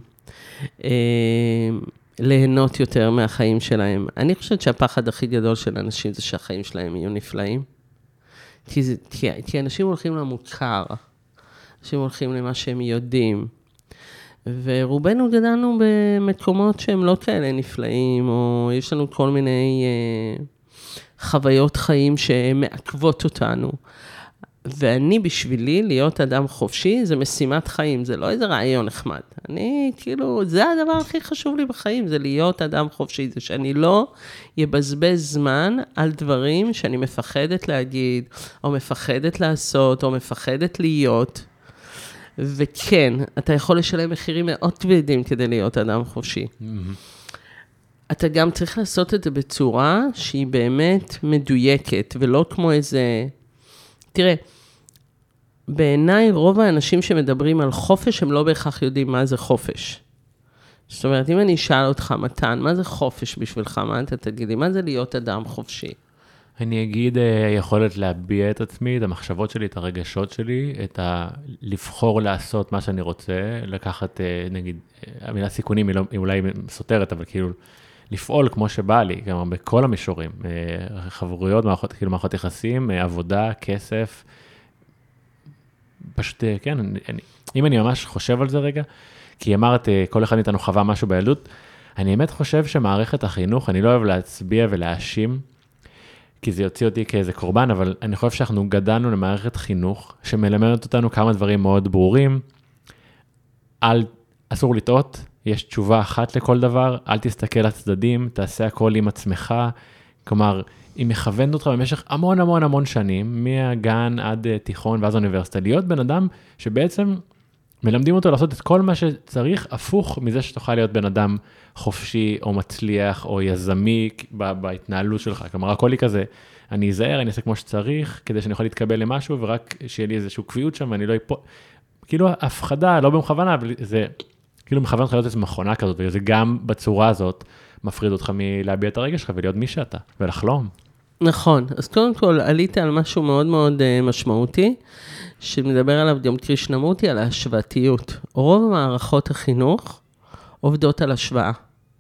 ליהנות יותר מהחיים שלהם. אני חושבת שהפחד הכי גדול של אנשים זה שהחיים שלהם יהיו נפלאים. כי, זה, כי, כי אנשים הולכים למוכר, אנשים הולכים למה שהם יודעים, ורובנו גדלנו במקומות שהם לא כאלה נפלאים, או יש לנו כל מיני אה, חוויות חיים שמעכבות אותנו. ואני בשבילי להיות אדם חופשי, זה משימת חיים, זה לא איזה רעיון נחמד. אני כאילו, זה הדבר הכי חשוב לי בחיים, זה להיות אדם חופשי, זה שאני לא יבזבז זמן על דברים שאני מפחדת להגיד, או מפחדת לעשות, או מפחדת להיות. וכן, אתה יכול לשלם מחירים מאוד כבדים כדי להיות אדם חופשי. אתה גם צריך לעשות את זה בצורה שהיא באמת מדויקת, ולא כמו איזה... תראה, בעיניי רוב האנשים שמדברים על חופש, הם לא בהכרח יודעים מה זה חופש. זאת אומרת, אם אני אשאל אותך, מתן, מה זה חופש בשבילך? מה אתה תגיד לי? מה זה להיות אדם חופשי? אני אגיד, היכולת להביע את עצמי, את המחשבות שלי, את הרגשות שלי, את ה... לבחור לעשות מה שאני רוצה, לקחת, נגיד, המילה סיכונים היא, לא, היא אולי סותרת, אבל כאילו, לפעול כמו שבא לי, גם בכל המישורים, חברויות, מערכות, כאילו מערכות יחסים, עבודה, כסף, פשוט, כן, אני, אם אני ממש חושב על זה רגע, כי אמרת, כל אחד מאיתנו חווה משהו בילדות, אני באמת חושב שמערכת החינוך, אני לא אוהב להצביע ולהאשים, כי זה יוציא אותי כאיזה קורבן, אבל אני חושב שאנחנו גדלנו למערכת חינוך, שמלמדת אותנו כמה דברים מאוד ברורים, על, אסור לטעות, יש תשובה אחת לכל דבר, אל תסתכל לצדדים, תעשה הכל עם עצמך, כלומר, היא מכוונת אותך במשך המון המון המון שנים, מהגן עד תיכון ואז אוניברסיטה, להיות בן אדם שבעצם מלמדים אותו לעשות את כל מה שצריך, הפוך מזה שתוכל להיות בן אדם חופשי או מצליח או יזמי בהתנהלות שלך. כלומר, הכל היא כזה, אני אזהר, אני אעשה כמו שצריך, כדי שאני יכול להתקבל למשהו, ורק שיהיה לי איזושהי קביעות שם, ואני לא אפול. כאילו, הפחדה, לא במכוונה, אבל זה כאילו מכוון אותך להיות איזו מכונה כזאת, וזה גם בצורה הזאת מפריד אותך מלהביע את הרגש שלך ולהיות מי שאתה, ולחלום. נכון, אז קודם כל עלית על משהו מאוד מאוד uh, משמעותי, שמדבר עליו גם קרישנמורטי, על ההשוואתיות. רוב מערכות החינוך עובדות על השוואה.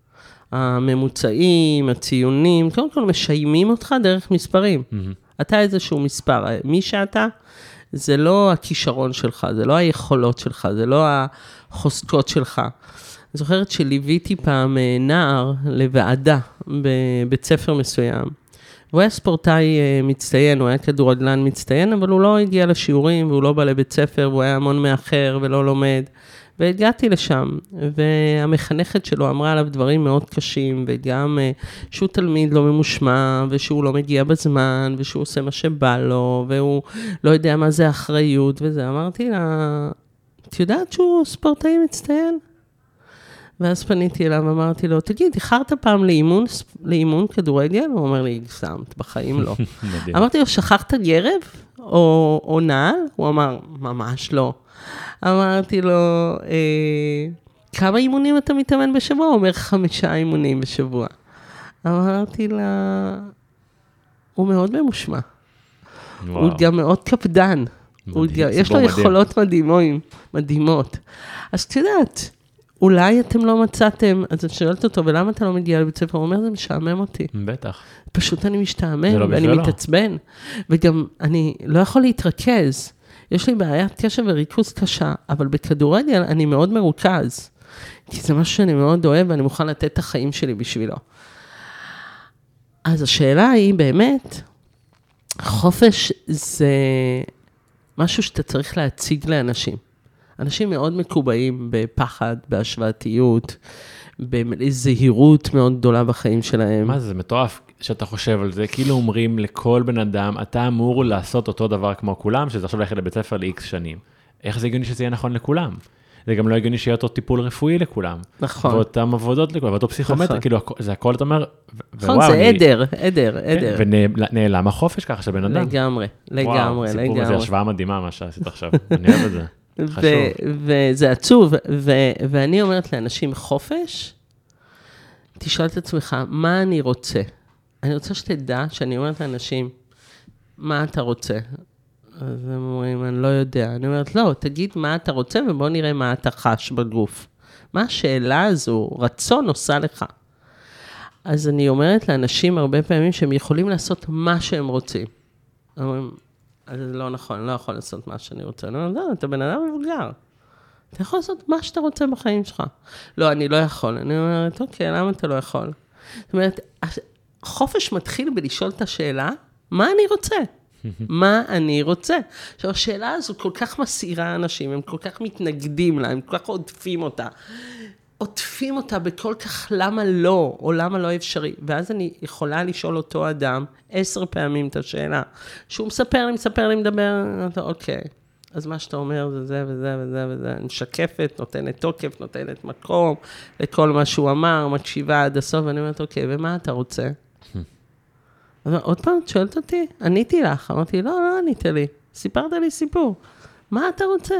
הממוצעים, הציונים, קודם כל משיימים אותך דרך מספרים. Mm-hmm. אתה איזשהו מספר, מי שאתה, זה לא הכישרון שלך, זה לא היכולות שלך, זה לא החוזקות שלך. אני זוכרת שליוויתי פעם נער לוועדה בבית ספר מסוים, והוא היה ספורטאי מצטיין, הוא היה כדורגלן מצטיין, אבל הוא לא הגיע לשיעורים, והוא לא בא לבית ספר, והוא היה המון מאחר ולא לומד. והגעתי לשם, והמחנכת שלו אמרה עליו דברים מאוד קשים, וגם שהוא תלמיד לא ממושמע, ושהוא לא מגיע בזמן, ושהוא עושה מה שבא לו, והוא לא יודע מה זה אחריות, וזה. אמרתי לה, את יודעת שהוא ספורטאי מצטיין? ואז פניתי אליו ואמרתי לו, תגיד, איחרת פעם לאימון, לאימון כדורגל? הוא אומר לי, שמת, בחיים לא. אמרתי לו, שכחת גרב או, או נעל? הוא אמר, ממש לא. אמרתי לו, אה, כמה אימונים אתה מתאמן בשבוע? הוא אומר, חמישה אימונים בשבוע. אמרתי לה, הוא מאוד ממושמע. וואו. הוא גם מאוד קפדן. הוא גם, יש לו מדהים. יכולות מדהימות, מדהימות. אז את יודעת, אולי אתם לא מצאתם, אז את שואלת אותו, ולמה אתה לא מגיע לבית ספר? הוא אומר, זה משעמם אותי. בטח. פשוט אני משתעמם, לא ואני מתעצבן, וגם אני לא יכול להתרכז. יש לי בעיית קשב וריכוז קשה, אבל בכדורגל אני מאוד מרוכז, כי זה משהו שאני מאוד אוהב, ואני מוכן לתת את החיים שלי בשבילו. אז השאלה היא באמת, חופש זה משהו שאתה צריך להציג לאנשים. אנשים מאוד מקובעים בפחד, בהשוואתיות, בזהירות מאוד גדולה בחיים שלהם. מה זה, זה מטורף שאתה חושב על זה, כאילו אומרים לכל בן אדם, אתה אמור לעשות אותו דבר כמו כולם, שזה עכשיו ללכת לבית ספר ל-X שנים. איך זה הגיוני שזה יהיה נכון לכולם? זה גם לא הגיוני שיהיה אותו טיפול רפואי לכולם. נכון. ואותם עבודות לכולם, ואותו פסיכומטר, כאילו זה הכל אתה אומר, נכון, זה עדר, עדר, עדר. ונעלם החופש ככה של בן אדם. לגמרי, לגמרי, לגמרי. סיפור הזה, השוואה מדהימה מה שעשית עכשיו, אני אוהב את זה. וזה עצוב, ואני אומרת לאנשים, חופש, תשאל את עצמך, מה אני רוצה? אני רוצה שתדע שאני אומרת לאנשים, מה אתה רוצה? אז הם אומרים, אני לא יודע. אני אומרת, לא, תגיד מה אתה רוצה, ובוא נראה מה אתה חש בגוף. מה השאלה הזו, רצון עושה לך? אז אני אומרת לאנשים הרבה פעמים, שהם יכולים לעשות מה שהם רוצים. הם אומרים, אז זה לא נכון, אני לא יכול לעשות מה שאני רוצה. אני אומרת, לא, אתה בן אדם מבוגר. אתה יכול לעשות מה שאתה רוצה בחיים שלך. לא, אני לא יכול. אני אומרת, אוקיי, למה אתה לא יכול? זאת אומרת, חופש מתחיל בלשאול את השאלה, מה אני רוצה? מה אני רוצה? עכשיו, השאלה הזו כל כך מסעירה אנשים, הם כל כך מתנגדים לה, הם כל כך עוטפים אותה. עוטפים אותה בכל כך למה לא, או למה לא אפשרי. ואז אני יכולה לשאול אותו אדם עשר פעמים את השאלה. שהוא מספר לי, מספר לי, מדבר, אוקיי. אז מה שאתה אומר זה זה וזה וזה וזה, משקפת, נותנת תוקף, נותנת מקום לכל מה שהוא אמר, מקשיבה עד הסוף, ואני אומרת, אוקיי, ומה אתה רוצה? עוד פעם, את שואלת אותי, עניתי לך, אמרתי, לא, לא ענית לי, סיפרת לי סיפור, מה אתה רוצה?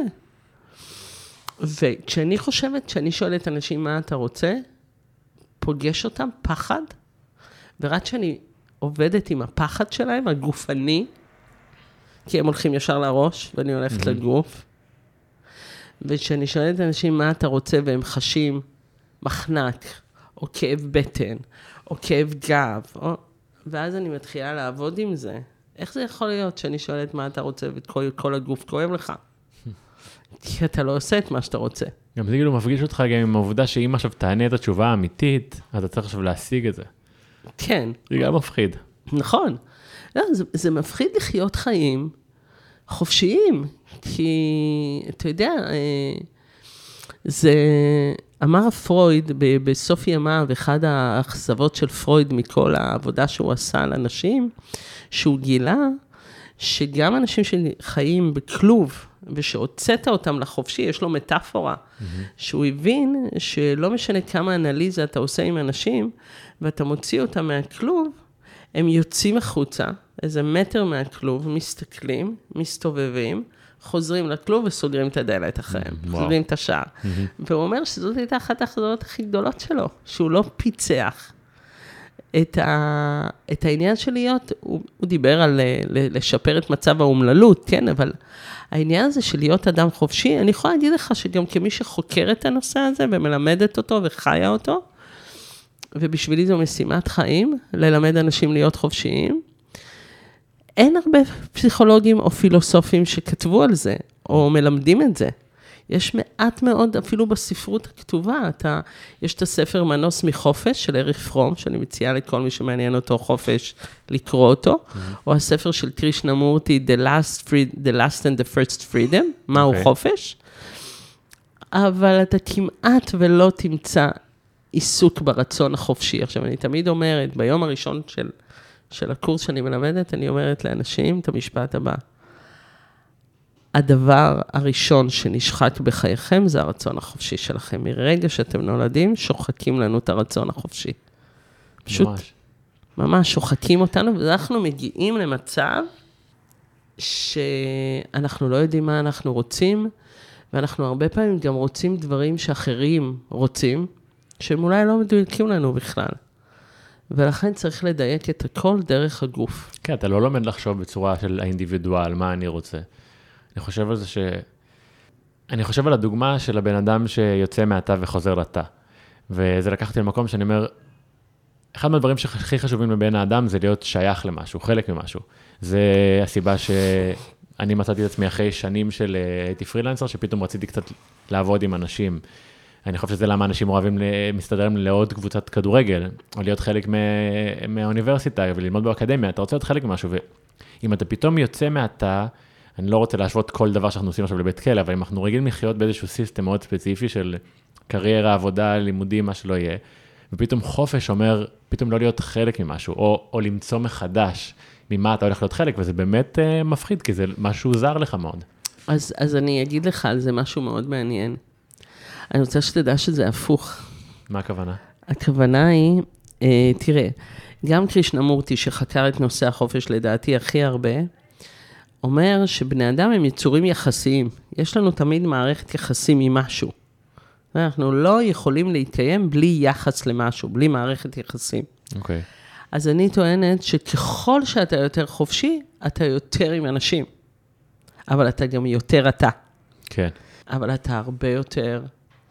וכשאני חושבת, כשאני שואלת אנשים מה אתה רוצה, פוגש אותם פחד, ורק כשאני עובדת עם הפחד שלהם, הגופני, כי הם הולכים ישר לראש, ואני הולכת לגוף, וכשאני שואלת אנשים מה אתה רוצה, והם חשים מחנק, או כאב בטן, או כאב גב, או... ואז אני מתחילה לעבוד עם זה. איך זה יכול להיות שאני שואלת מה אתה רוצה, וכל הגוף כואב לך? כי אתה לא עושה את מה שאתה רוצה. גם זה כאילו מפגיש אותך גם עם העובדה שאם עכשיו תענה את התשובה האמיתית, אתה צריך עכשיו להשיג את זה. כן. זה גם מפחיד. נכון. לא, זה, זה מפחיד לחיות חיים חופשיים, כי אתה יודע, זה אמר פרויד בסוף ימיו, אחד האכזבות של פרויד מכל העבודה שהוא עשה על אנשים, שהוא גילה שגם אנשים שחיים בכלוב, ושהוצאת אותם לחופשי, יש לו מטאפורה, mm-hmm. שהוא הבין שלא משנה כמה אנליזה אתה עושה עם אנשים, ואתה מוציא אותם מהכלוב, הם יוצאים החוצה, איזה מטר מהכלוב, מסתכלים, מסתובבים, חוזרים לכלוב וסוגרים את הדלת אחריהם, mm-hmm. סוגרים את השער. Mm-hmm. והוא אומר שזאת הייתה אחת האכזבות הכי גדולות שלו, שהוא לא פיצח את, ה... את העניין של להיות, הוא, הוא דיבר על לשפר את מצב האומללות, כן, אבל העניין הזה של להיות אדם חופשי, אני יכולה להגיד לך שגם כמי שחוקר את הנושא הזה ומלמדת אותו וחיה אותו, ובשבילי זו משימת חיים, ללמד אנשים להיות חופשיים. אין הרבה פסיכולוגים או פילוסופים שכתבו על זה, או מלמדים את זה. יש מעט מאוד, אפילו בספרות הכתובה, אתה, יש את הספר מנוס מחופש של אריך פרום, שאני מציעה לכל מי שמעניין אותו חופש לקרוא אותו, mm-hmm. או הספר של קרישנמורטי, The Last, Free, The Last and the First Freedom, מהו okay. חופש, אבל אתה כמעט ולא תמצא עיסוק ברצון החופשי. עכשיו, אני תמיד אומרת, ביום הראשון של, של הקורס שאני מלמדת, אני אומרת לאנשים את המשפט הבא, הדבר הראשון שנשחק בחייכם, זה הרצון החופשי שלכם. מרגע שאתם נולדים, שוחקים לנו את הרצון החופשי. פשוט, ממש, ממש שוחקים אותנו, ואנחנו מגיעים למצב שאנחנו לא יודעים מה אנחנו רוצים, ואנחנו הרבה פעמים גם רוצים דברים שאחרים רוצים, שהם אולי לא מדויקים לנו בכלל. ולכן צריך לדייק את הכל דרך הגוף. כן, אתה לא לומד לחשוב בצורה של האינדיבידואל, מה אני רוצה. אני חושב על זה ש... אני חושב על הדוגמה של הבן אדם שיוצא מהתא וחוזר לתא. וזה לקחתי למקום שאני אומר, אחד מהדברים שהכי חשובים לבין האדם זה להיות שייך למשהו, חלק ממשהו. זה הסיבה שאני מצאתי את עצמי אחרי שנים של הייתי פרילנסר, שפתאום רציתי קצת לעבוד עם אנשים. אני חושב שזה למה אנשים אוהבים, מסתדרים לעוד קבוצת כדורגל, או להיות חלק מהאוניברסיטה וללמוד באקדמיה. אתה רוצה להיות חלק ממשהו, ואם אתה פתאום יוצא מהתא, אני לא רוצה להשוות כל דבר שאנחנו עושים עכשיו לבית כלא, אבל אם אנחנו רגילים לחיות באיזשהו סיסטם מאוד ספציפי של קריירה, עבודה, לימודים, מה שלא יהיה, ופתאום חופש אומר, פתאום לא להיות חלק ממשהו, או, או למצוא מחדש ממה אתה הולך להיות חלק, וזה באמת uh, מפחיד, כי זה משהו זר לך מאוד. אז, אז אני אגיד לך על זה משהו מאוד מעניין. אני רוצה שתדע שזה הפוך. מה הכוונה? הכוונה היא, אה, תראה, גם קרישנמורטי שחקר את נושא החופש לדעתי הכי הרבה, אומר שבני אדם הם יצורים יחסיים. יש לנו תמיד מערכת יחסים עם משהו. אנחנו לא יכולים להתקיים בלי יחס למשהו, בלי מערכת יחסים. אוקיי. Okay. אז אני טוענת שככל שאתה יותר חופשי, אתה יותר עם אנשים. אבל אתה גם יותר אתה. כן. Okay. אבל אתה הרבה יותר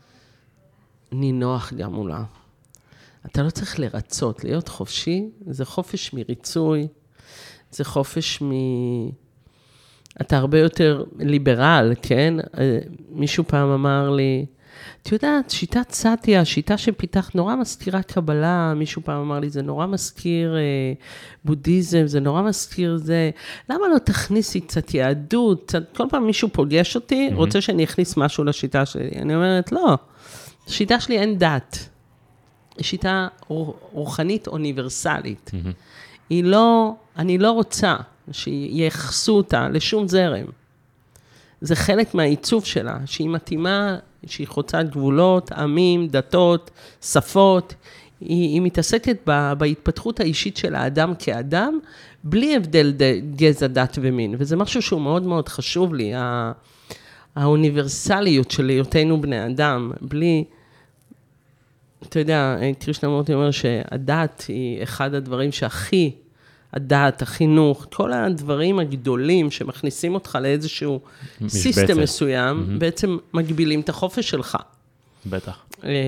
נינוח גם מולה. אתה לא צריך לרצות, להיות חופשי, זה חופש מריצוי, זה חופש מ... אתה הרבה יותר ליברל, כן? מישהו פעם אמר לי, אתה יודעת, שיטת סאטיה, השיטה שפיתח נורא מזכירה קבלה, מישהו פעם אמר לי, זה נורא מזכיר אה, בודהיזם, זה נורא מזכיר זה, למה לא תכניסי קצת יהדות? קצת, כל פעם מישהו פוגש אותי, mm-hmm. רוצה שאני אכניס משהו לשיטה שלי. אני אומרת, לא, השיטה שלי אין דת. היא שיטה רוחנית אוניברסלית. Mm-hmm. היא לא, אני לא רוצה, שיחסו אותה לשום זרם. זה חלק מהעיצוב שלה, שהיא מתאימה, שהיא חוצת גבולות, עמים, דתות, שפות, היא, היא מתעסקת ב, בהתפתחות האישית של האדם כאדם, בלי הבדל גזע, דת ומין, וזה משהו שהוא מאוד מאוד חשוב לי, האוניברסליות של היותנו בני אדם, בלי, אתה יודע, קרישנמורטי אומר שהדת היא אחד הדברים שהכי, הדת, החינוך, כל הדברים הגדולים שמכניסים אותך לאיזשהו סיסטם מסוים, mm-hmm. בעצם מגבילים את החופש שלך. בטח.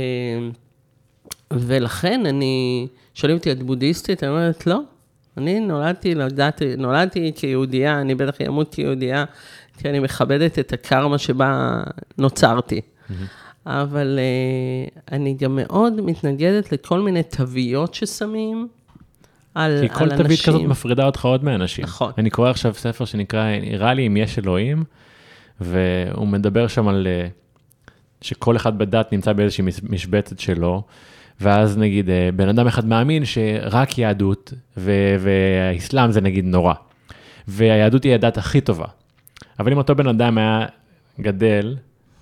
ולכן אני, שואלים אותי, את בודהיסטית? אני אומרת, לא. אני נולדתי, נולדתי, נולדתי כיהודייה, אני בטח ימות כיהודייה, כי אני מכבדת את הקרמה שבה נוצרתי. Mm-hmm. אבל uh, אני גם מאוד מתנגדת לכל מיני תוויות ששמים על, על אנשים. כי כל תווית כזאת מפרידה אותך עוד מאנשים. נכון. אני קורא עכשיו ספר שנקרא, נראה לי אם יש אלוהים, והוא מדבר שם על שכל אחד בדת נמצא באיזושהי משבצת שלו, ואז נגיד בן אדם אחד מאמין שרק יהדות, ו- והאסלאם זה נגיד נורא. והיהדות היא הדת הכי טובה. אבל אם אותו בן אדם היה גדל,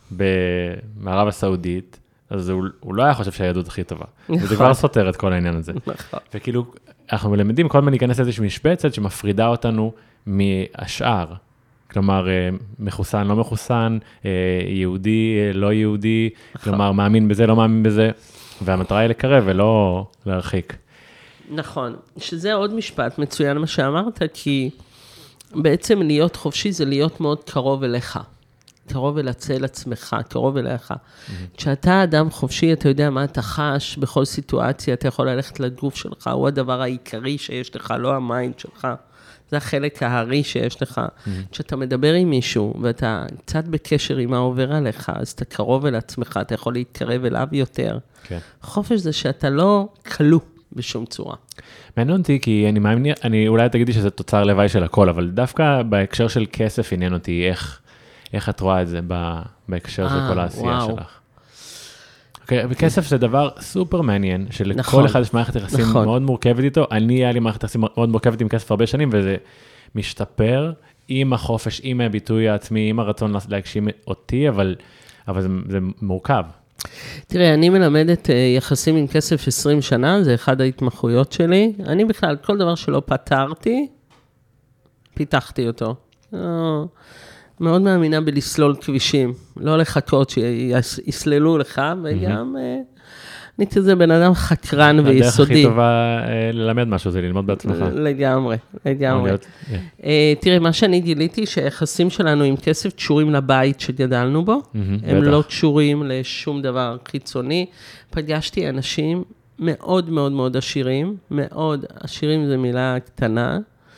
במערב הסעודית, אז הוא, הוא לא היה חושב שהיהדות הכי טובה. נכון. וזה כבר סותר את כל העניין הזה. נכון. וכאילו, אנחנו מלמדים כל הזמן להיכנס לאיזושהי משבצת שמפרידה אותנו מהשאר. כלומר, מחוסן, לא מחוסן, יהודי, לא יהודי, נכון. כלומר, מאמין בזה, לא מאמין בזה, והמטרה היא לקרב ולא להרחיק. נכון. שזה עוד משפט מצוין מה שאמרת, כי בעצם להיות חופשי זה להיות מאוד קרוב אליך. קרוב אל הצל עצמך, קרוב אליך. Mm-hmm. כשאתה אדם חופשי, אתה יודע מה אתה חש בכל סיטואציה, אתה יכול ללכת לגוף שלך, הוא הדבר העיקרי שיש לך, לא המיינד שלך. זה החלק ההרי שיש לך. Mm-hmm. כשאתה מדבר עם מישהו, ואתה קצת בקשר עם מה עובר עליך, אז אתה קרוב אל עצמך, אתה יכול להתקרב אליו יותר. Okay. חופש זה שאתה לא כלוא בשום צורה. מעניין אותי, כי אני מאמין, אני אולי תגידי שזה תוצר לוואי של הכל, אבל דווקא בהקשר של כסף עניין אותי, איך איך את רואה את זה בהקשר של כל העשייה שלך? וכסף זה דבר סופר מעניין, שלכל אחד יש מערכת יחסים מאוד מורכבת איתו. אני, היה לי מערכת יחסים מאוד מורכבת עם כסף הרבה שנים, וזה משתפר עם החופש, עם הביטוי העצמי, עם הרצון להגשים אותי, אבל זה מורכב. תראה, אני מלמדת יחסים עם כסף עשרים שנה, זה אחד ההתמחויות שלי. אני בכלל, כל דבר שלא פתרתי, פיתחתי אותו. מאוד מאמינה בלסלול כבישים, לא לחכות שיסללו לך, וגם אני כזה בן אדם חקרן ויסודי. הדרך הכי טובה ללמד משהו זה ללמוד בעצמך. לגמרי, לגמרי. תראה, מה שאני גיליתי, שהיחסים שלנו עם כסף קשורים לבית שגדלנו בו, הם לא קשורים לשום דבר חיצוני. פגשתי אנשים מאוד מאוד מאוד עשירים, מאוד, עשירים זה מילה קטנה,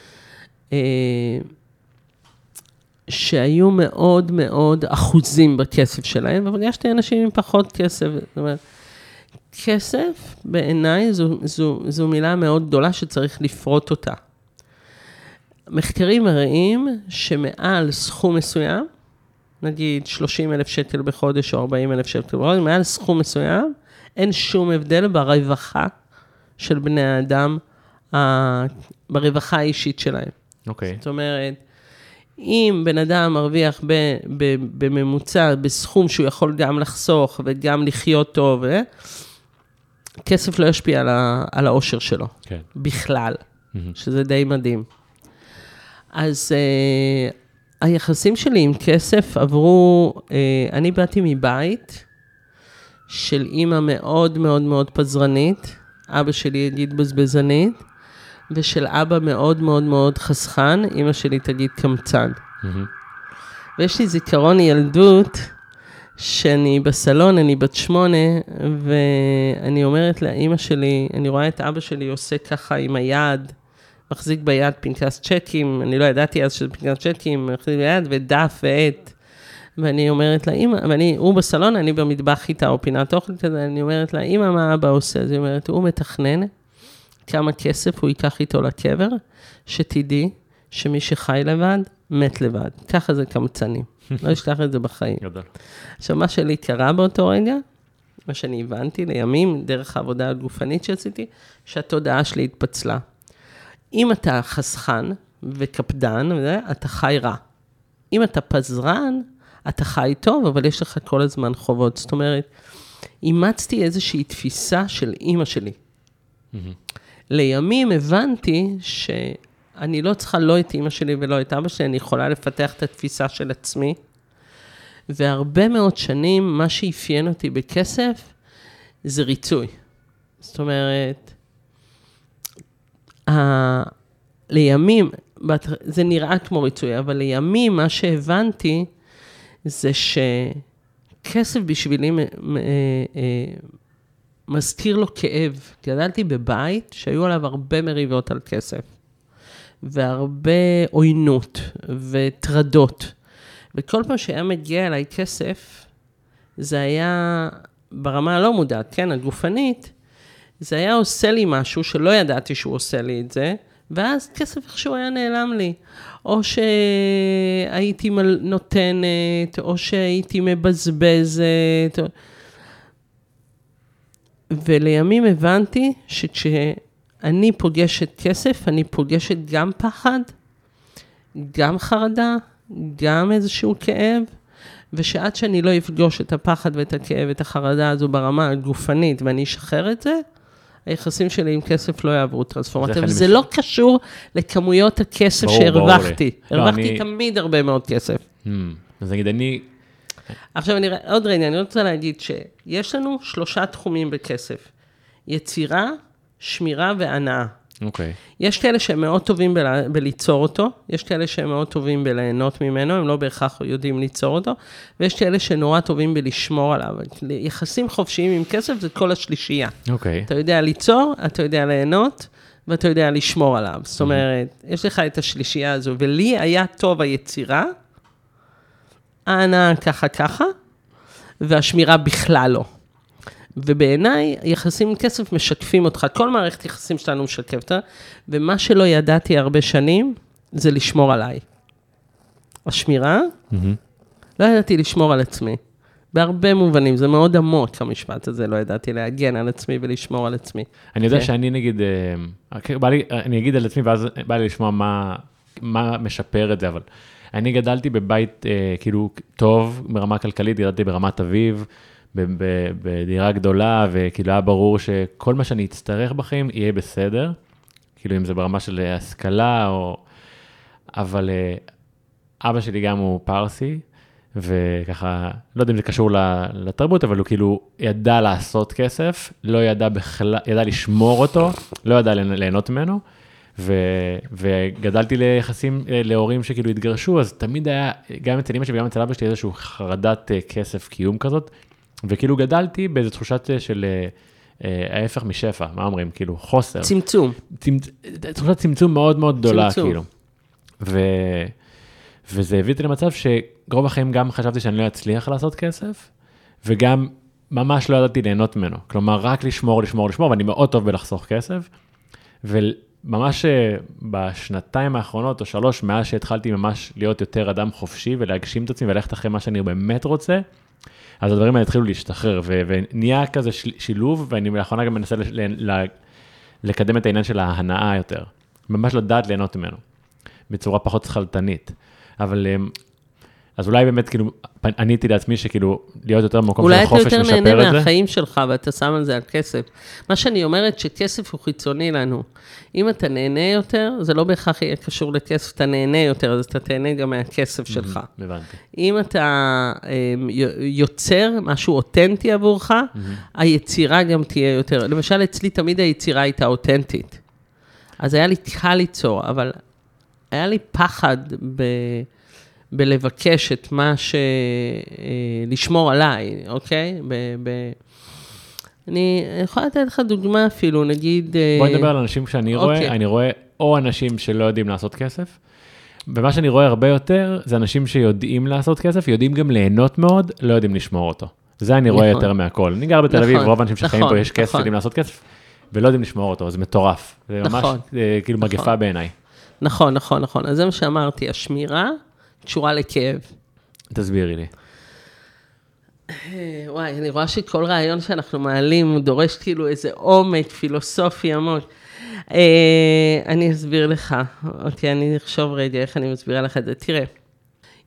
שהיו מאוד מאוד אחוזים בכסף שלהם, ופגשתי אנשים עם פחות כסף. זאת אומרת, כסף בעיניי זו, זו, זו מילה מאוד גדולה שצריך לפרוט אותה. מחקרים מראים שמעל סכום מסוים, נגיד שלושים אלף שקל בחודש או ארבעים אלף שקל בחודש, מעל סכום מסוים, אין שום הבדל ברווחה של בני האדם, ברווחה האישית שלהם. אוקיי. זאת אומרת, אם בן אדם מרוויח ב, ב, בממוצע, בסכום שהוא יכול גם לחסוך וגם לחיות טוב, כסף לא ישפיע על, ה, על האושר שלו, כן. בכלל, mm-hmm. שזה די מדהים. אז uh, היחסים שלי עם כסף עברו, uh, אני באתי מבית של אימא מאוד מאוד מאוד פזרנית, אבא שלי יגיד בזבזנית, ושל אבא מאוד מאוד מאוד חסכן, אמא שלי תגיד קמצן. Mm-hmm. ויש לי זיכרון ילדות, שאני בסלון, אני בת שמונה, ואני אומרת לאמא שלי, אני רואה את אבא שלי עושה ככה עם היד, מחזיק ביד פנקס צ'קים, אני לא ידעתי אז שזה פנקס צ'קים, מחזיק ביד ודף ועט, ואני אומרת לאמא, ואני, הוא בסלון, אני במטבח איתה או פינת אוכל כזה, אני אומרת לאמא, מה אבא עושה? אז היא אומרת, הוא מתכנן, כמה כסף הוא ייקח איתו לקבר, שתדעי שמי שחי לבד, מת לבד. ככה זה קמצנים. לא ישכח את זה בחיים. גדול. עכשיו, מה שלי קרה באותו רגע, מה שאני הבנתי לימים, דרך העבודה הגופנית שעשיתי, שהתודעה שלי התפצלה. אם אתה חסכן וקפדן, אתה חי רע. אם אתה פזרן, אתה חי טוב, אבל יש לך כל הזמן חובות. זאת אומרת, אימצתי איזושהי תפיסה של אמא שלי. Mm-hmm. לימים הבנתי שאני לא צריכה לא את אמא שלי ולא את אבא שלי, אני יכולה לפתח את התפיסה של עצמי. והרבה מאוד שנים, מה שאפיין אותי בכסף, זה ריצוי. זאת אומרת, ה... לימים, זה נראה כמו ריצוי, אבל לימים מה שהבנתי, זה שכסף בשבילי מזכיר לו כאב. גדלתי בבית שהיו עליו הרבה מריבות על כסף, והרבה עוינות וטרדות. וכל פעם שהיה מגיע אליי כסף, זה היה ברמה הלא מודעת, כן, הגופנית, זה היה עושה לי משהו שלא ידעתי שהוא עושה לי את זה, ואז כסף איכשהו היה נעלם לי. או שהייתי נותנת, או שהייתי מבזבזת. ולימים הבנתי שכשאני פוגשת כסף, אני פוגשת גם פחד, גם חרדה, גם איזשהו כאב, ושעד שאני לא אפגוש את הפחד ואת הכאב, את החרדה הזו ברמה הגופנית, ואני אשחרר את זה, היחסים שלי עם כסף לא יעברו טרנספורמציה, וזה לא קשור לכמויות הכסף שהרווחתי. הרווחתי תמיד הרבה מאוד כסף. אז נגיד, אני... עכשיו, עוד רגע, אני רוצה להגיד שיש לנו שלושה תחומים בכסף. יצירה, שמירה והנאה. אוקיי. יש כאלה שהם מאוד טובים ב- בליצור אותו, יש כאלה שהם מאוד טובים בליהנות ממנו, הם לא בהכרח יודעים ליצור אותו, ויש כאלה שנורא טובים בלשמור עליו. יחסים חופשיים עם כסף זה כל השלישייה. אוקיי. אתה יודע ליצור, אתה יודע ליהנות, ואתה יודע לשמור עליו. זאת אומרת, יש לך את השלישייה הזו, ולי היה טוב היצירה, ההנאה ככה ככה, והשמירה בכלל לא. ובעיניי, יחסים עם כסף משקפים אותך, כל מערכת יחסים שלנו משקפת, ומה שלא ידעתי הרבה שנים, זה לשמור עליי. השמירה, mm-hmm. לא ידעתי לשמור על עצמי. בהרבה מובנים, זה מאוד עמוק, המשפט הזה, לא ידעתי להגן על עצמי ולשמור על עצמי. אני יודע שאני נגיד, בא לי, אני אגיד על עצמי, ואז בא לי לשמוע מה, מה משפר את זה, אבל אני גדלתי בבית כאילו טוב, ברמה כלכלית, גדלתי ברמת אביב, בדירה גדולה, וכאילו היה ברור שכל מה שאני אצטרך בחיים יהיה בסדר, כאילו אם זה ברמה של השכלה, או... אבל אבא שלי גם הוא פרסי, וככה, לא יודע אם זה קשור לתרבות, אבל הוא כאילו ידע לעשות כסף, לא ידע בכלל, ידע לשמור אותו, לא ידע ליהנות ממנו, ו, וגדלתי ליחסים, להורים שכאילו התגרשו, אז תמיד היה, גם אצל אמא שלי וגם אצל אבא שלי, איזשהו חרדת כסף קיום כזאת, וכאילו גדלתי באיזו תחושת של ההפך משפע, מה אומרים? כאילו חוסר. צמצום. צמצ... תחושת צמצום מאוד מאוד גדולה, צמצום. כאילו. ו... וזה הביא אותי למצב שרוב החיים גם חשבתי שאני לא אצליח לעשות כסף, וגם ממש לא ידעתי ליהנות ממנו. כלומר, רק לשמור, לשמור, לשמור, ואני מאוד טוב בלחסוך כסף, וממש בשנתיים האחרונות, או שלוש, מאז שהתחלתי ממש להיות יותר אדם חופשי, ולהגשים את עצמי, וללכת אחרי מה שאני באמת רוצה, אז הדברים האלה התחילו להשתחרר, ו- ונהיה כזה שילוב, ואני לאחרונה גם מנסה ל- ל- לקדם את העניין של ההנאה יותר. ממש לדעת ליהנות ממנו, בצורה פחות שכלתנית. אבל, אז אולי באמת, כאילו, עניתי לעצמי שכאילו, להיות יותר במקום של החופש משפר את זה. אולי אתה יותר נהנה מהחיים שלך, ואתה שם על זה על כסף. מה שאני אומרת, שכסף הוא חיצוני לנו. אם אתה נהנה יותר, זה לא בהכרח יהיה קשור לכסף, אתה נהנה יותר, אז אתה תהנה גם מהכסף שלך. הבנתי. אם אתה יוצר משהו אותנטי עבורך, היצירה גם תהיה יותר. למשל, אצלי תמיד היצירה הייתה אותנטית. אז היה לי קל ליצור, אבל היה לי פחד ב... בלבקש את מה ש... לשמור עליי, אוקיי? ב... ב... אני יכולה לתת לך דוגמה אפילו, נגיד... בוא נדבר על אנשים שאני רואה, אוקיי. אני רואה או אנשים שלא יודעים לעשות כסף, ומה שאני רואה הרבה יותר, זה אנשים שיודעים לעשות כסף, יודעים גם ליהנות מאוד, לא יודעים לשמור אותו. זה אני רואה יותר מהכל. אני גר בתל אביב, רוב האנשים שחיים פה יש כסף, יודעים לעשות כסף, ולא יודעים לשמור אותו, זה מטורף. זה ממש כאילו מגפה בעיניי. נכון, נכון, נכון. אז זה מה שאמרתי, השמירה קשורה לכאב. תסבירי לי. וואי, אני רואה שכל רעיון שאנחנו מעלים, הוא דורש כאילו איזה עומק, פילוסופי עמוק. אני אסביר לך, אוקיי, אני אחשוב רגע איך אני מסבירה לך את זה. תראה,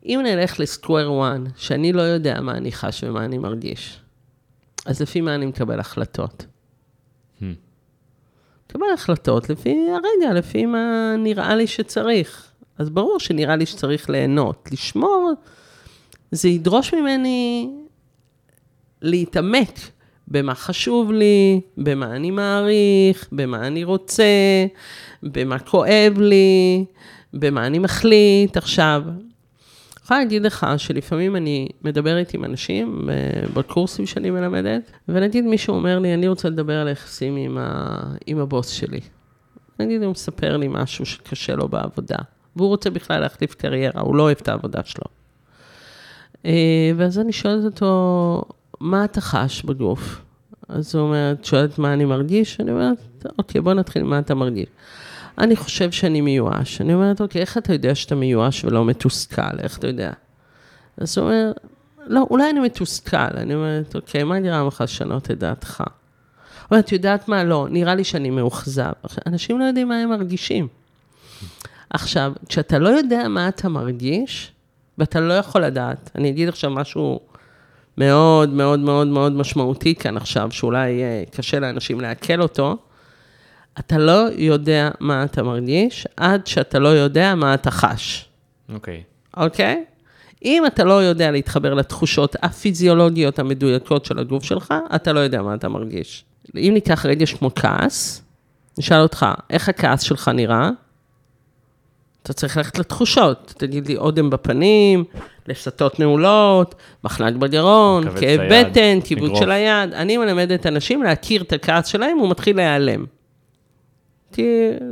אם נלך לסקוואר וואן, שאני לא יודע מה אני חש ומה אני מרגיש, אז לפי מה אני מקבל החלטות? Hmm. מקבל החלטות לפי הרגע, לפי מה נראה לי שצריך. אז ברור שנראה לי שצריך ליהנות. לשמור, זה ידרוש ממני להתעמק במה חשוב לי, במה אני מעריך, במה אני רוצה, במה כואב לי, במה אני מחליט. עכשיו, אני יכולה להגיד לך שלפעמים אני מדברת עם אנשים בקורסים שאני מלמדת, ונגיד מישהו אומר לי, אני רוצה לדבר על היחסים עם, ה... עם הבוס שלי. נגיד, הוא מספר לי משהו שקשה לו בעבודה, והוא רוצה בכלל להחליף קריירה, הוא לא אוהב את העבודה שלו. ואז אני שואלת אותו, מה אתה חש בגוף? אז הוא אומר, שואלת מה אני מרגיש? אני אומרת, אוקיי, בוא נתחיל מה אתה מרגיש. אני חושב שאני מיואש. אני אומרת, אוקיי, איך אתה יודע שאתה מיואש ולא מתוסכל? איך אתה יודע? אז הוא אומר, לא, אולי אני מתוסכל. אני אומרת, אוקיי, מה נראה לך לשנות את דעתך? הוא אומר, את יודעת מה? לא, נראה לי שאני מאוכזב. אנשים לא יודעים מה הם מרגישים. עכשיו, כשאתה לא יודע מה אתה מרגיש, ואתה לא יכול לדעת, אני אגיד עכשיו משהו מאוד מאוד מאוד מאוד משמעותי כאן עכשיו, שאולי קשה לאנשים להקל אותו, אתה לא יודע מה אתה מרגיש, עד שאתה לא יודע מה אתה חש. אוקיי. אוקיי? אם אתה לא יודע להתחבר לתחושות הפיזיולוגיות המדויקות של הגוף שלך, אתה לא יודע מה אתה מרגיש. אם ניקח רגש כמו כעס, נשאל אותך, איך הכעס שלך נראה? אתה צריך ללכת לתחושות, תגיד לי אודם בפנים, לסתות נעולות, מחנק בגרון, כאב בטן, כיבוד של היד. אני מלמדת אנשים להכיר את הכעס שלהם, הוא מתחיל להיעלם. כי,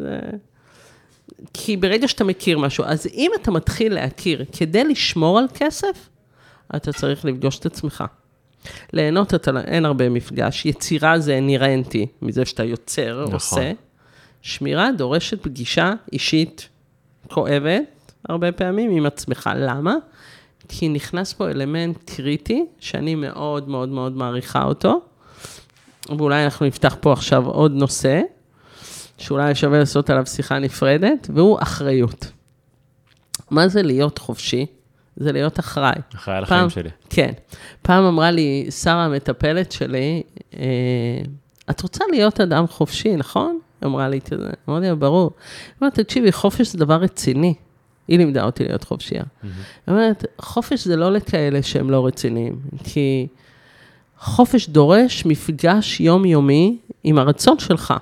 כי ברגע שאתה מכיר משהו, אז אם אתה מתחיל להכיר, כדי לשמור על כסף, אתה צריך לפגוש את עצמך. ליהנות אתה, אין הרבה מפגש, יצירה זה אינרנטי, מזה שאתה יוצר, נכון. עושה. שמירה דורשת פגישה אישית, כואבת, הרבה פעמים עם עצמך. למה? כי נכנס פה אלמנט קריטי, שאני מאוד מאוד מאוד מעריכה אותו, ואולי אנחנו נפתח פה עכשיו עוד נושא, שאולי שווה לעשות עליו שיחה נפרדת, והוא אחריות. מה זה להיות חופשי? זה להיות אחראי. אחראי על החיים שלי. כן. פעם אמרה לי, שרה המטפלת שלי, את רוצה להיות אדם חופשי, נכון? אמרה לי, אמרתי לה, ברור. היא אומרת, תקשיבי, חופש זה דבר רציני. היא לימדה אותי להיות חופשייה. היא אומרת, חופש זה לא לכאלה שהם לא רציניים, כי חופש דורש מפגש יומיומי עם הרצון שלך.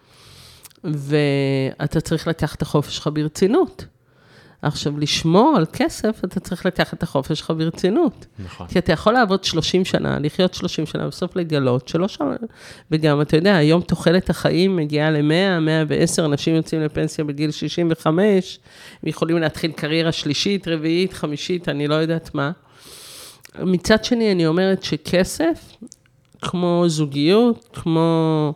ואתה צריך לקחת את החופש שלך ברצינות. עכשיו, לשמור על כסף, אתה צריך לקחת את החופש שלך ברצינות. נכון. כי אתה יכול לעבוד שלושים שנה, לחיות שלושים שנה, בסוף לגלות, שלא שם, וגם, אתה יודע, היום תוחלת החיים מגיעה ל-מאה, מאה ועשר, אנשים יוצאים לפנסיה בגיל שישים וחמש, ויכולים להתחיל קריירה שלישית, רביעית, חמישית, אני לא יודעת מה. מצד שני, אני אומרת שכסף, כמו זוגיות, כמו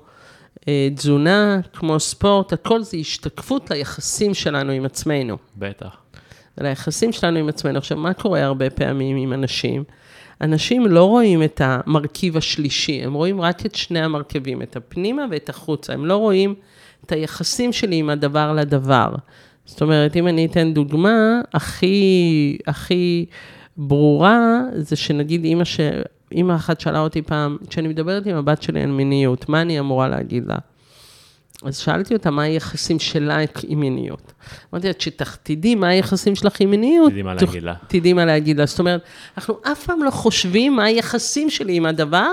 תזונה, כמו ספורט, הכל זה השתקפות ליחסים שלנו עם עצמנו. בטח. ליחסים שלנו עם עצמנו. עכשיו, מה קורה הרבה פעמים עם אנשים? אנשים לא רואים את המרכיב השלישי, הם רואים רק את שני המרכיבים, את הפנימה ואת החוצה. הם לא רואים את היחסים שלי עם הדבר לדבר. זאת אומרת, אם אני אתן דוגמה, הכי, הכי ברורה, זה שנגיד אמא ש... אמא אחת שאלה אותי פעם, כשאני מדברת עם הבת שלי על מיניות, מה אני אמורה להגיד לה? אז שאלתי אותה, מה היחסים שלה עם מיניות? אמרתי לה, שתדעי מה היחסים שלך עם מיניות. תדעי מה להגיד לה. תדעי מה להגיד לה. זאת אומרת, אנחנו אף פעם לא חושבים מה היחסים שלי עם הדבר,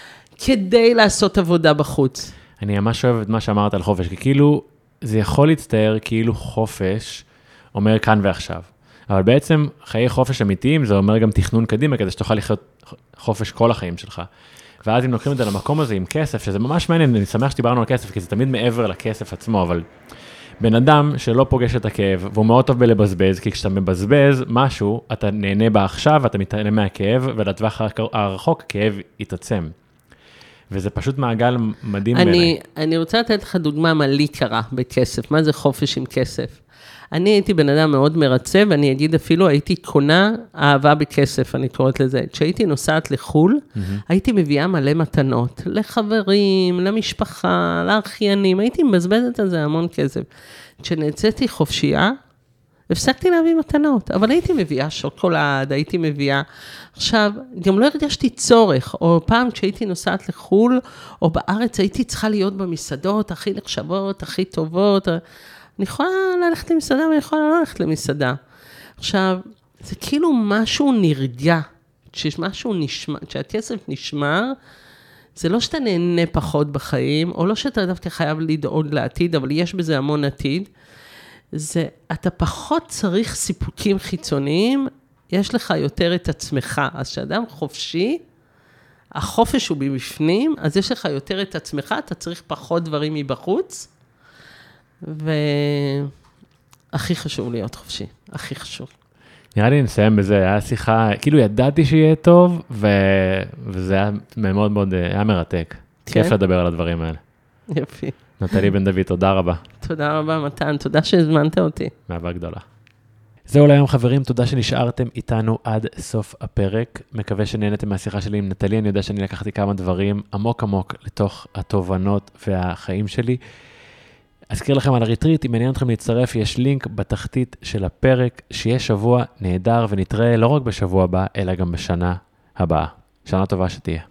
כדי לעשות עבודה בחוץ. אני ממש אוהב את מה שאמרת על חופש, כי כאילו, זה יכול להצטער כאילו חופש אומר כאן ועכשיו. אבל בעצם חיי חופש אמיתיים, זה אומר גם תכנון קדימה, כדי שתוכל לחיות חופש כל החיים שלך. ואז אם לוקחים את זה למקום הזה עם כסף, שזה ממש מעניין, אני שמח שדיברנו על כסף, כי זה תמיד מעבר לכסף עצמו, אבל בן אדם שלא פוגש את הכאב, והוא מאוד טוב בלבזבז, כי כשאתה מבזבז משהו, אתה נהנה בה עכשיו, אתה מתעלם מהכאב, ולטווח הרחוק, הכאב יתעצם. וזה פשוט מעגל מדהים בעיניי. אני רוצה לתת לך דוגמה מה לי קרה בכסף, מה זה חופש עם כסף. אני הייתי בן אדם מאוד מרצה, ואני אגיד אפילו, הייתי קונה אהבה בכסף, אני קוראת לזה. כשהייתי נוסעת לחול, mm-hmm. הייתי מביאה מלא מתנות, לחברים, למשפחה, לאחיינים, הייתי מבזבזת על זה המון כסף. כשנצאתי חופשייה, הפסקתי להביא מתנות, אבל הייתי מביאה שוקולד, הייתי מביאה, עכשיו, גם לא הרגשתי צורך, או פעם כשהייתי נוסעת לחול, או בארץ הייתי צריכה להיות במסעדות, הכי נחשבות, הכי טובות, אני יכולה ללכת למסעדה, ואני יכולה לא ללכת למסעדה. עכשיו, זה כאילו משהו נרגע, כשמשהו נשמע, כשהכסף נשמר, זה לא שאתה נהנה פחות בחיים, או לא שאתה דווקא חייב לדאוג לעתיד, אבל יש בזה המון עתיד, זה, אתה פחות צריך סיפוקים חיצוניים, יש לך יותר את עצמך. אז כשאדם חופשי, החופש הוא מבפנים, אז יש לך יותר את עצמך, אתה צריך פחות דברים מבחוץ, והכי חשוב להיות חופשי, הכי חשוב. נראה לי נסיים בזה, היה שיחה, כאילו ידעתי שיהיה טוב, ו... וזה היה מאוד מאוד, היה מרתק. כן? כיף לדבר על הדברים האלה. יפי. נטלי בן דוד, תודה רבה. תודה רבה, מתן, תודה שהזמנת אותי. מאהבה גדולה. זהו להיום חברים, תודה שנשארתם איתנו עד סוף הפרק. מקווה שנהנתם מהשיחה שלי עם נטלי, אני יודע שאני לקחתי כמה דברים עמוק עמוק לתוך התובנות והחיים שלי. אזכיר לכם על הריטריט, אם מעניין אתכם להצטרף, יש לינק בתחתית של הפרק, שיהיה שבוע נהדר ונתראה לא רק בשבוע הבא, אלא גם בשנה הבאה. שנה טובה שתהיה.